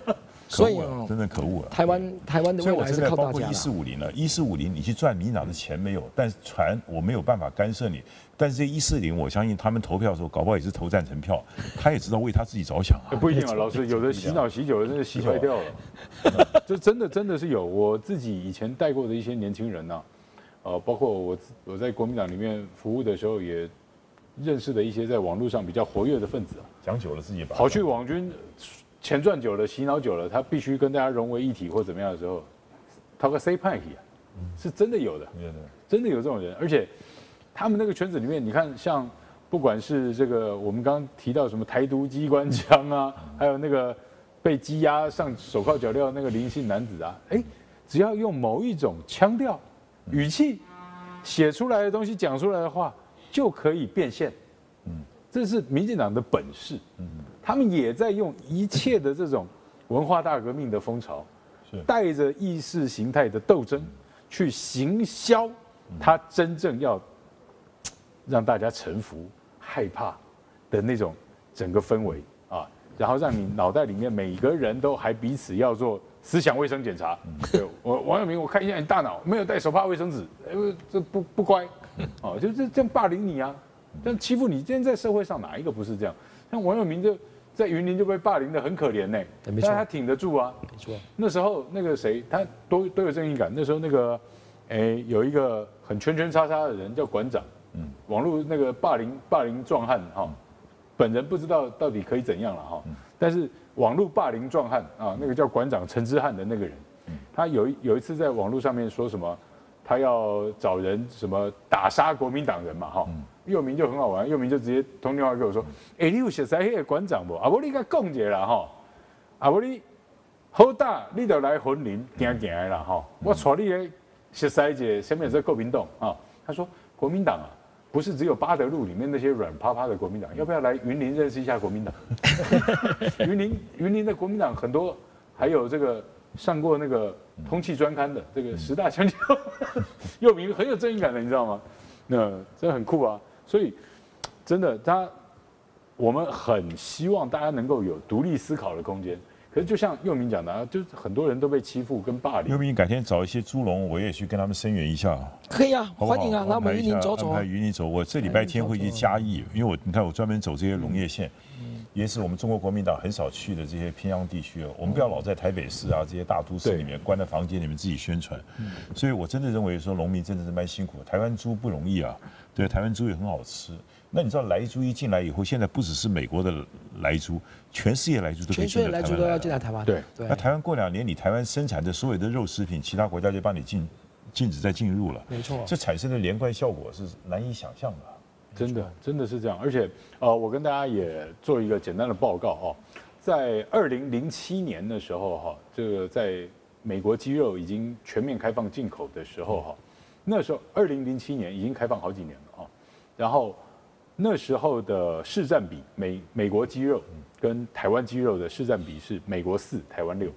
Speaker 3: 所以
Speaker 2: 真的可恶啊！
Speaker 3: 台湾的未来是靠大
Speaker 2: 包括
Speaker 3: 家。
Speaker 2: 1450呢，1450你去赚民党的钱没有，但是船我没有办法干涉你。但是这1450，我相信他们投票的时候，搞不好也是投赞成票，他也知道为他自己着想啊。
Speaker 1: 不一定啊，老师，有的洗脑洗久了，真的洗坏掉了。这真的是有，我自己以前带过的一些年轻人呐，包括我在国民党里面服务的时候，也认识的一些在网络上比较活跃的分子啊，
Speaker 2: 讲久了自己把
Speaker 1: 跑去网军钱赚久了，洗脑久了，他必须跟大家融为一体或怎么样的时候，他个 say 派啊，是真的有的，真的有这种人，而且他们那个圈子里面，你看像不管是这个我们刚刚提到什么台独机关枪啊，还有那个被羁押上手铐脚镣那个林姓男子啊，只要用某一种腔调、语气写出来的东西、讲出来的话，就可以变现。这是民进党的本事。他们也在用一切的这种文化大革命的风潮，带着意识形态的斗争，去行销他真正要让大家臣服、害怕的那种整个氛围啊，然后让你脑袋里面每个人都还彼此要做思想卫生检查。对我王友明，我看一下你大脑没有带手帕、卫生纸，这不乖，哦，就这样霸凌你啊，这样欺负你。今天在社会上哪一个不是这样？像王友明就在云林就被霸凌得很可怜呢，但是他挺得住啊。
Speaker 3: 没错，
Speaker 1: 那时候那个谁，他都有正义感。那时候那个，有一个很圈圈叉叉的人叫馆长，网络那个霸凌壮汉哈，本人不知道到底可以怎样了哈，但是网络霸凌壮汉啊，那个叫馆长陈之汉的那个人，他有一次在网络上面说什么，他要找人什么打杀国民党人嘛哈。佑民就很好玩，佑民就直接通电话跟我说：“你有熟悉那个馆长不？啊，不你甲讲一下啦吼，啊不你好大，你就来云林行行的啦吼，我带你来熟悉一下什么叫国民党啊。”他说：“国民党啊，不是只有八德路里面那些软趴趴的国民党，要不要来云林认识一下国民党？云林的国民党很多，还有这个上过那个通气专刊的这个10大枪手，佑民很有正义感的，你知道吗？那这很酷啊。”所以，真的，我们很希望大家能够有独立思考的空间。可是，就像佑民讲的，就是很多人都被欺负跟霸凌。
Speaker 2: 佑民改天找一些猪笼，我也去跟他们声援一下。
Speaker 3: 可以啊，欢迎啊，那我们云林走走。
Speaker 2: 安排云林走，我这礼拜天会去嘉义，因为你看我专门走这些农业线，也是我们中国国民党很少去的这些偏乡地区哦。我们不要老在台北市啊这些大都市里面关在房间里面自己宣传。所以我真的认为说农民真的是蛮辛苦的，台湾猪不容易啊。对，台湾猪也很好吃。那你知道莱猪一进来以后，现在不只是美国的莱猪，全世界莱猪都可以进来台湾。全世界莱猪
Speaker 3: 都要进来台湾。
Speaker 1: 对。
Speaker 2: 那台湾过2年，你台湾生产的所有的肉食品，其他国家就帮你禁止再进入了。
Speaker 3: 没错。这
Speaker 2: 产生的连贯效果是难以想象的。
Speaker 1: 真的是这样。而且我跟大家也做一个简单的报告哦，在2007年的时候哈，这个在美国鸡肉已经全面开放进口的时候哈。那时候2007年已经开放好几年了啊，然后那时候的市占比，美国鸡肉跟台湾鸡肉的市占比是美国4，台湾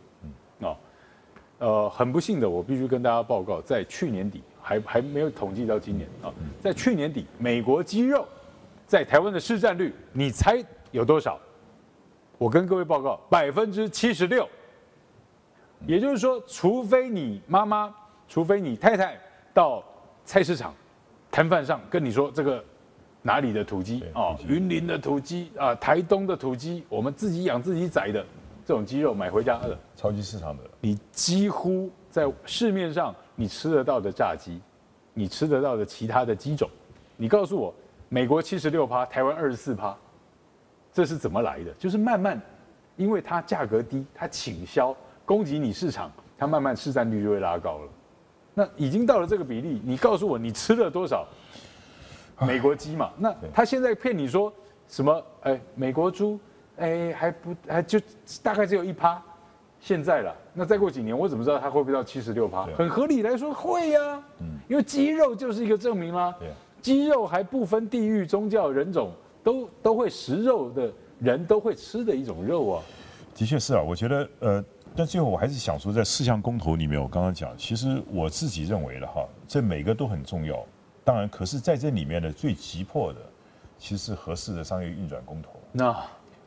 Speaker 1: 6，很不幸的，我必须跟大家报告，在去年底还没有统计到今年啊，在去年底，美国鸡肉在台湾的市占率，你猜有多少？我跟各位报告，76%，也就是说，除非你妈妈，除非你太太。到菜市场摊贩上跟你说这个哪里的土鸡啊，云林的土鸡啊，台东的土鸡，我们自己养自己宰的这种鸡肉买回家的，
Speaker 2: 超级市场的，
Speaker 1: 你几乎在市面上你吃得到的炸鸡，你吃得到的其他的鸡种，你告诉我，美国76%，台湾24%，这是怎么来的？就是慢慢，因为它价格低，它倾销供给你市场，它慢慢市占率就会拉高了。那已经到了这个比例，你告诉我你吃了多少美国鸡嘛？那他现在骗你说什么？美国猪，还就大概只有1%，现在了。那再过几年，我怎么知道它会不会到76%？很合理来说会呀，因为鸡肉就是一个证明啦。鸡肉还不分地域、宗教、人种，都会食肉的人都会吃的一种肉啊。
Speaker 2: 的确是啊，我觉得但最后我还是想说，在4项公投里面，我刚刚讲，其实我自己认为的哈，这每个都很重要。当然，可是在这里面的最急迫的，其实是合适的商业运转公投。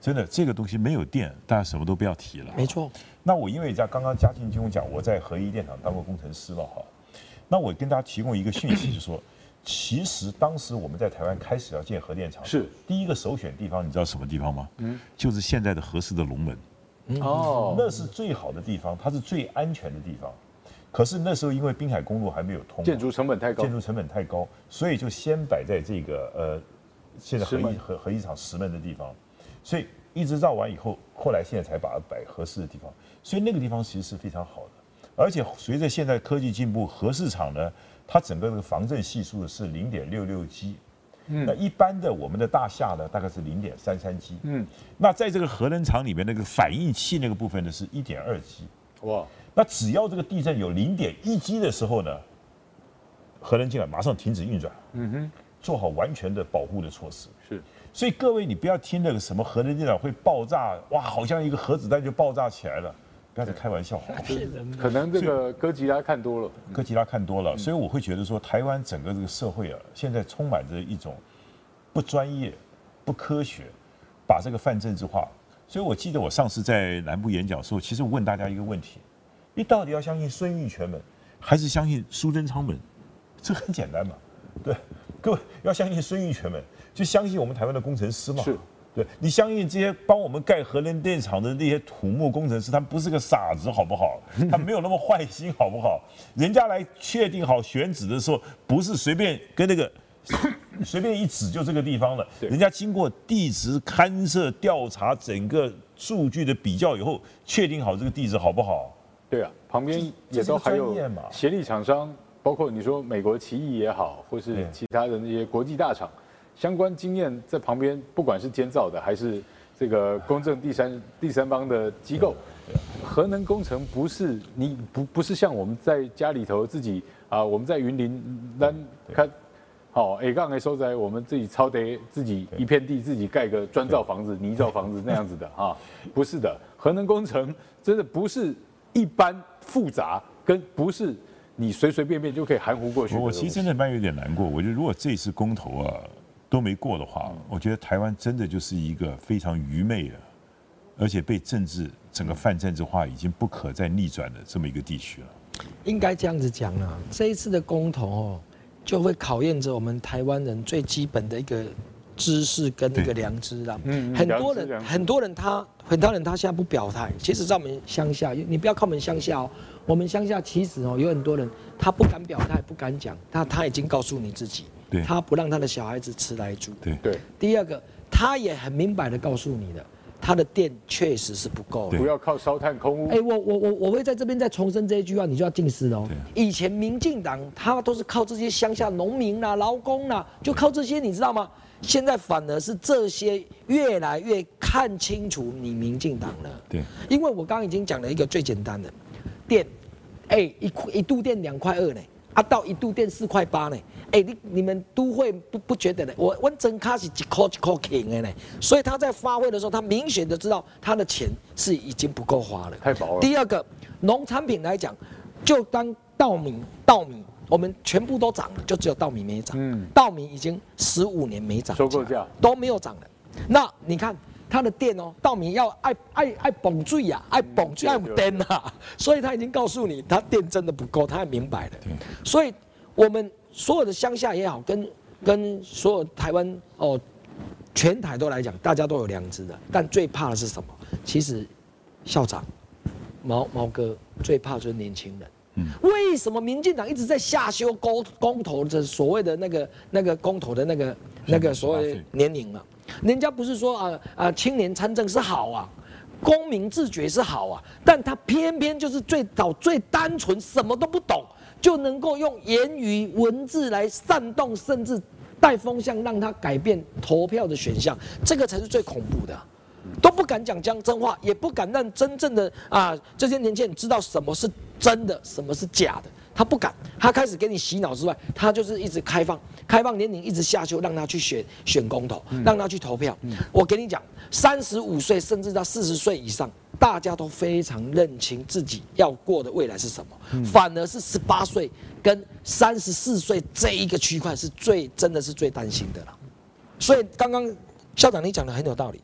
Speaker 2: 真的这个东西没有电，大家什么都不要提了。
Speaker 3: 没错。
Speaker 2: 那我因为刚刚嘉庆跟我讲，我在核一电厂当过工程师了哈，那我跟大家提供一个讯息，就是说，其实当时我们在台湾开始要建核电厂，
Speaker 1: 是
Speaker 2: 第一个首选地方，你知道什么地方吗？就是现在的核四的龙门。
Speaker 1: 哦，
Speaker 2: 那是最好的地方，它是最安全的地方。可是那时候因为滨海公路还没有通，
Speaker 1: 建筑成本太高，
Speaker 2: 所以就先摆在这个现在核一厂石门的地方，所以一直绕完以后，后来现在才把它摆核四的地方，所以那个地方其实是非常好的。而且随着现在科技进步，核四厂呢，它整个这个防震系数是0.66G。那一般的我们的大厦呢，大概是0.33G。那在这个核能厂里面，那个反应器那个部分呢是1.2G。哇！那只要这个地震有0.1G 的时候呢，核能进来马上停止运转。做好完全的保护的措施。
Speaker 1: 是。
Speaker 2: 所以各位，你不要听那个什么核能电厂会爆炸，哇，好像一个核子弹就爆炸起来了，不要再开玩笑。
Speaker 1: 可能这个哥吉拉看多了，
Speaker 2: 所以我会觉得说，台湾整个这个社会啊，现在充满着一种不专业、不科学，把这个泛政治化。所以我记得我上次在南部演讲的时候，其实我问大家一个问题：你到底要相信孙玉泉们，还是相信苏贞昌们？这很简单嘛，对，各位要相信孙玉泉们，就相信我们台湾的工程师嘛。
Speaker 1: 是。
Speaker 2: 对，你相信这些帮我们盖核能电厂的那些土木工程师，他们不是个傻子，好不好？他们没有那么坏心，好不好？人家来确定好选址的时候，不是随便跟那个随便一指就这个地方了，人家经过地质勘测、调查整个数据的比较以后，确定好这个地址好不好？
Speaker 1: 对啊，旁边也都还有协力厂商，包括你说美国奇异也好，或是其他的那些国际大厂。相关经验在旁边，不管是监造的还是这个公正第三方的机构，核能工程不是你不是像我们在家里头自己啊，我们在云林看好A杠的收窄，我们自己抄得自己一片地自己盖个砖造房子、泥造房子那样子的啊，不是的，核能工程真的不是一般复杂，跟不是你随随便便就可以含糊过去。
Speaker 2: 我其实真的蛮有点难过，我觉得如果这一次公投啊。都没过的话，我觉得台湾真的就是一个非常愚昧的，而且被政治整个泛政治化已经不可再逆转的这么一个地区了。
Speaker 3: 应该这样子讲啊，这一次的公投哦，就会考验着我们台湾人最基本的一个知识跟一个良知啦。很多人他现在不表态，其实在我们乡下，你不要看我们乡下哦，我们乡下其实哦有很多人他不敢表态，不敢讲，他已经告诉你自己。他不让他的小孩子吃来煮。
Speaker 1: 对。
Speaker 3: 第二个，他也很明白的告诉你的，他的电确实是不够的。
Speaker 1: 不要靠烧炭空屋。
Speaker 3: 我会在这边再重申这一句话，你就要禁思哦。以前民进党他都是靠这些乡下农民啦、劳工啦，就靠这些，你知道吗？现在反而是这些越来越看清楚你民进党了。
Speaker 2: 对。因
Speaker 3: 为我刚刚已经讲了一个最简单的，电，一度电2.2块呢。到1度电4.8块呢，你们都会不觉得呢？我真卡是1块钱的呢，所以他在发挥的时候，他明显的知道他的钱是已经不够花了，
Speaker 1: 太薄了。
Speaker 3: 第二个，农产品来讲，就当稻米，我们全部都涨了，就只有稻米没涨。稻米已经15年没涨，
Speaker 1: 收购价
Speaker 3: 都没有涨了。那你看。它的电哦，稻米要爱泵水呀，爱泵水爱有电啊，所以他已经告诉你，他电真的不够，他很明白的。所以我们所有的乡下也好，跟所有台湾哦，全台都来讲，大家都有良知的。但最怕的是什么？其实校长毛哥最怕就是年轻人。为什么民进党一直在下修公投的所谓的那个公投的那个所谓年龄啊？人家不是说青年参政是好啊，公民自觉是好啊，但他偏偏就是最单纯，什么都不懂，就能够用言语文字来煽动，甚至带风向，让他改变投票的选项，这个才是最恐怖的。都不敢讲真话，也不敢让真正的这些年轻人知道什么是真的，什么是假的。他不敢，他开始给你洗脑之外，他就是一直开放年龄一直下修，让他去选公投，让他去投票。我跟你讲，35岁甚至到40岁以上，大家都非常认清自己要过的未来是什么，反而是18岁跟34岁这一个区块是真的是最担心的了。所以刚刚校长你讲的很有道理，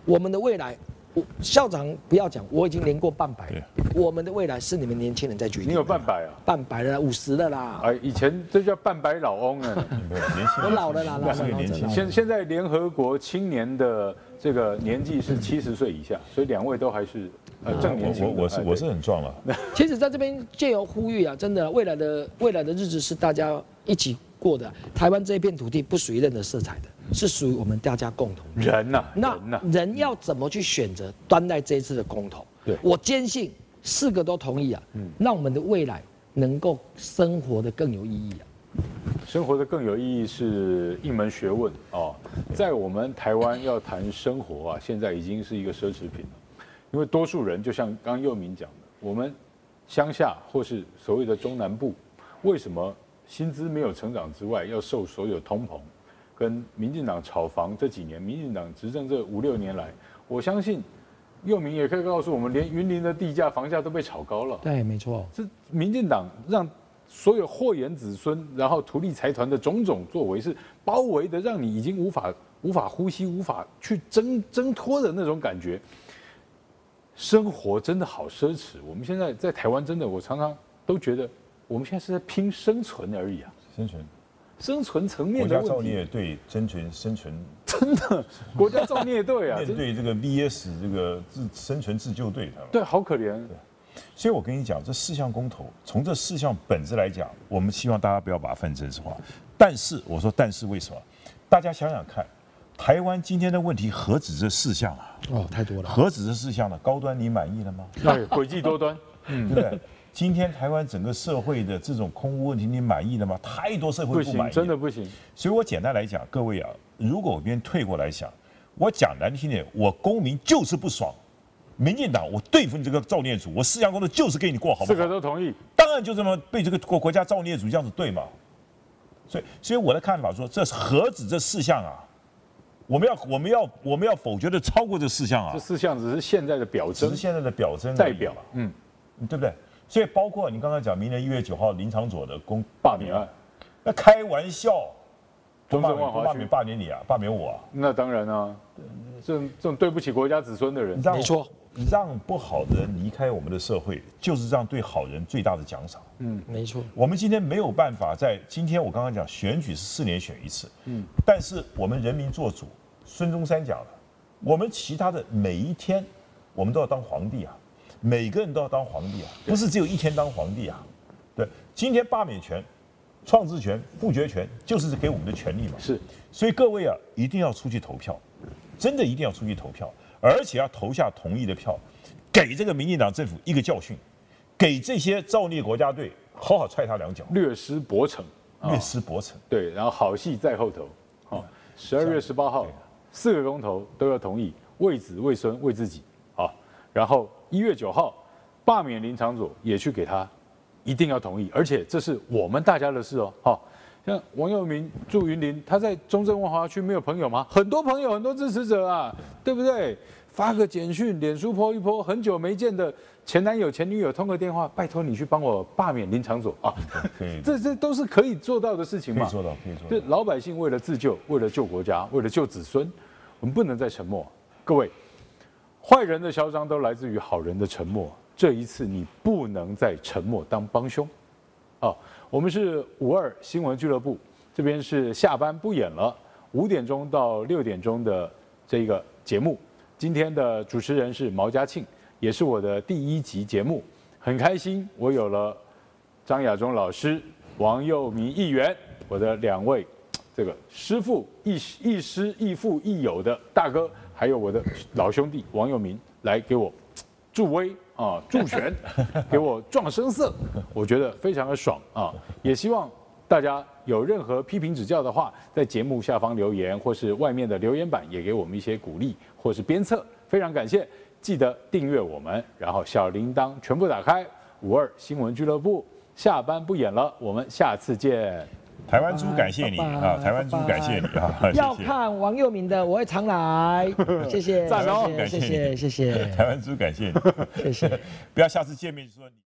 Speaker 3: 我们的未来，校长不要讲，我已经年过半百了。我们的未来是你们年轻人在决定。
Speaker 1: 你有半百啊？
Speaker 3: 半百了，50了啦。
Speaker 1: 哎，以前这叫半百老翁呢。
Speaker 3: 我老了啦，
Speaker 2: 年轻。
Speaker 1: 现在联合国青年的这个年纪是70岁以下，所以2位都还是正年轻。
Speaker 2: 我是很壮了。
Speaker 3: 其实在这边借由呼吁啊，真的未来的日子是大家一起过的。台湾这一片土地不属于任何色彩的，是属于我们大家共同的。
Speaker 1: 人呐，
Speaker 3: 那人要怎么去选择端赖这一次的公投？
Speaker 1: 对，
Speaker 3: 我坚信4个都同意啊。让我们的未来能够生活的更有意义啊。
Speaker 1: 生活的更有意义是一门学问哦。在我们台湾要谈生活啊，现在已经是一个奢侈品了，因为多数人就像刚佑民讲的，我们乡下或是所谓的中南部，为什么薪资没有成长之外，要受所有通膨，跟民进党炒房这几年，民进党执政这5、6年来，我相信佑民也可以告诉我们，连云林的地价、房价都被炒高了。
Speaker 3: 对，没错。
Speaker 1: 这民进党让所有祸延子孙，然后图利财团的种种作为，是包围的，让你已经无法呼吸、无法去挣脱的那种感觉。生活真的好奢侈。我们现在在台湾，真的，我常常都觉得，我们现在是在拼生存而已啊。生存层面的问题。
Speaker 2: 国家造孽队争取生存，
Speaker 1: 真的，国家造孽队啊，
Speaker 2: 面对这个 VS 这个生存自救队，
Speaker 1: 对，好可怜。
Speaker 2: 所以我跟你讲，这4项公投，从这4项本质来讲，我们希望大家不要把它泛政治化。但是我说，但是为什么？大家想想看，台湾今天的问题何止这4项啊？
Speaker 3: 哦，太多了。
Speaker 2: 何止这4项了？高端你满意了吗？
Speaker 1: 对，诡计多端，
Speaker 2: 对不对？今天台湾整个社会的这种空污问题，你满意了吗？太多社会不满意，
Speaker 1: 真的不行。
Speaker 2: 所以我简单来讲，各位啊，如果我边退过来想，我讲难听点，我公民就是不爽。民进党，我对付你这个造孽主，我4项公投就是给你过，好不好？4
Speaker 1: 个都同意，
Speaker 2: 当然就这么被这个国家造孽主这样子对嘛。所以我的看法说，这何止这4项啊？我们要否决的超过这4项啊。
Speaker 1: 这4项只是现在的表征，
Speaker 2: 只是现在的表征
Speaker 1: 代表，
Speaker 2: 对不对？所以包括你刚刚讲，明年1月9号林长佐的
Speaker 1: 罢免案，
Speaker 2: 那开玩笑，
Speaker 1: 中正万华区
Speaker 2: 罢免你啊，罢免我啊？
Speaker 1: 那当然啊，这种对不起国家子孙的人，
Speaker 3: 没错。
Speaker 2: 让不好的人离开我们的社会，就是让对好人最大的奖赏。
Speaker 3: 没错。
Speaker 2: 我们今天没有办法在今天，我刚刚讲选举是4年选一次，但是我们人民做主。孙中山讲了，我们其他的每一天，我们都要当皇帝啊，每个人都要当皇帝啊，不是只有一天当皇帝啊。对，今天罢免权、创制权、复决权，就是给我们的权利嘛。
Speaker 1: 是，
Speaker 2: 所以各位啊，一定要出去投票，真的一定要出去投票。而且要投下同意的票，给这个民进党政府一个教训，给这些造孽国家队好好踹他2脚，
Speaker 1: 略施薄惩，
Speaker 2: 略施薄惩。
Speaker 1: 对，然后好戏在后头。12月18号，4个公投都要同意，为子为孙为自己啊。然后1月9号罢免林长佐，也去给他一定要同意，而且这是我们大家的事哦。好，像王佑民住云林，他在中正万华区没有朋友吗？很多朋友，很多支持者啊，对不对？发个简讯，脸书 po 一 po，很久没见的前男友、前女友通个电话，拜托你去帮我罢免林长佐啊！这都是可以做到的事情嘛。
Speaker 2: 可以做到。
Speaker 1: 就老百姓为了自救，为了救国家，为了救子孙，我们不能再沉默。各位，坏人的嚣张都来自于好人的沉默。这一次你不能再沉默当帮凶。我们是52新闻俱乐部，这边是下班不演了，5点钟到6点钟的这个节目。今天的主持人是毛家庆，也是我的第1集节目，很开心我有了张亚中老师、王佑民议员，我的2位这个师父、亦师亦父亦友的大哥，还有我的老兄弟王佑民来给我助威啊助选，给我壮声色，我觉得非常的爽啊！也希望大家有任何批评指教的话，在节目下方留言，或是外面的留言板也给我们一些鼓励，或是鞭策，非常感谢。记得订阅我们，然后小铃铛全部打开。52新闻俱乐部下班不演了，我们下次见。
Speaker 2: 台湾猪感谢你啊！台湾猪感谢你啊！
Speaker 3: 要看王佑民的，我会常来。谢谢，
Speaker 1: 赞哦，
Speaker 3: 谢谢。
Speaker 2: 台湾猪感谢你，
Speaker 3: 谢谢。
Speaker 2: 不要下次见面就说你。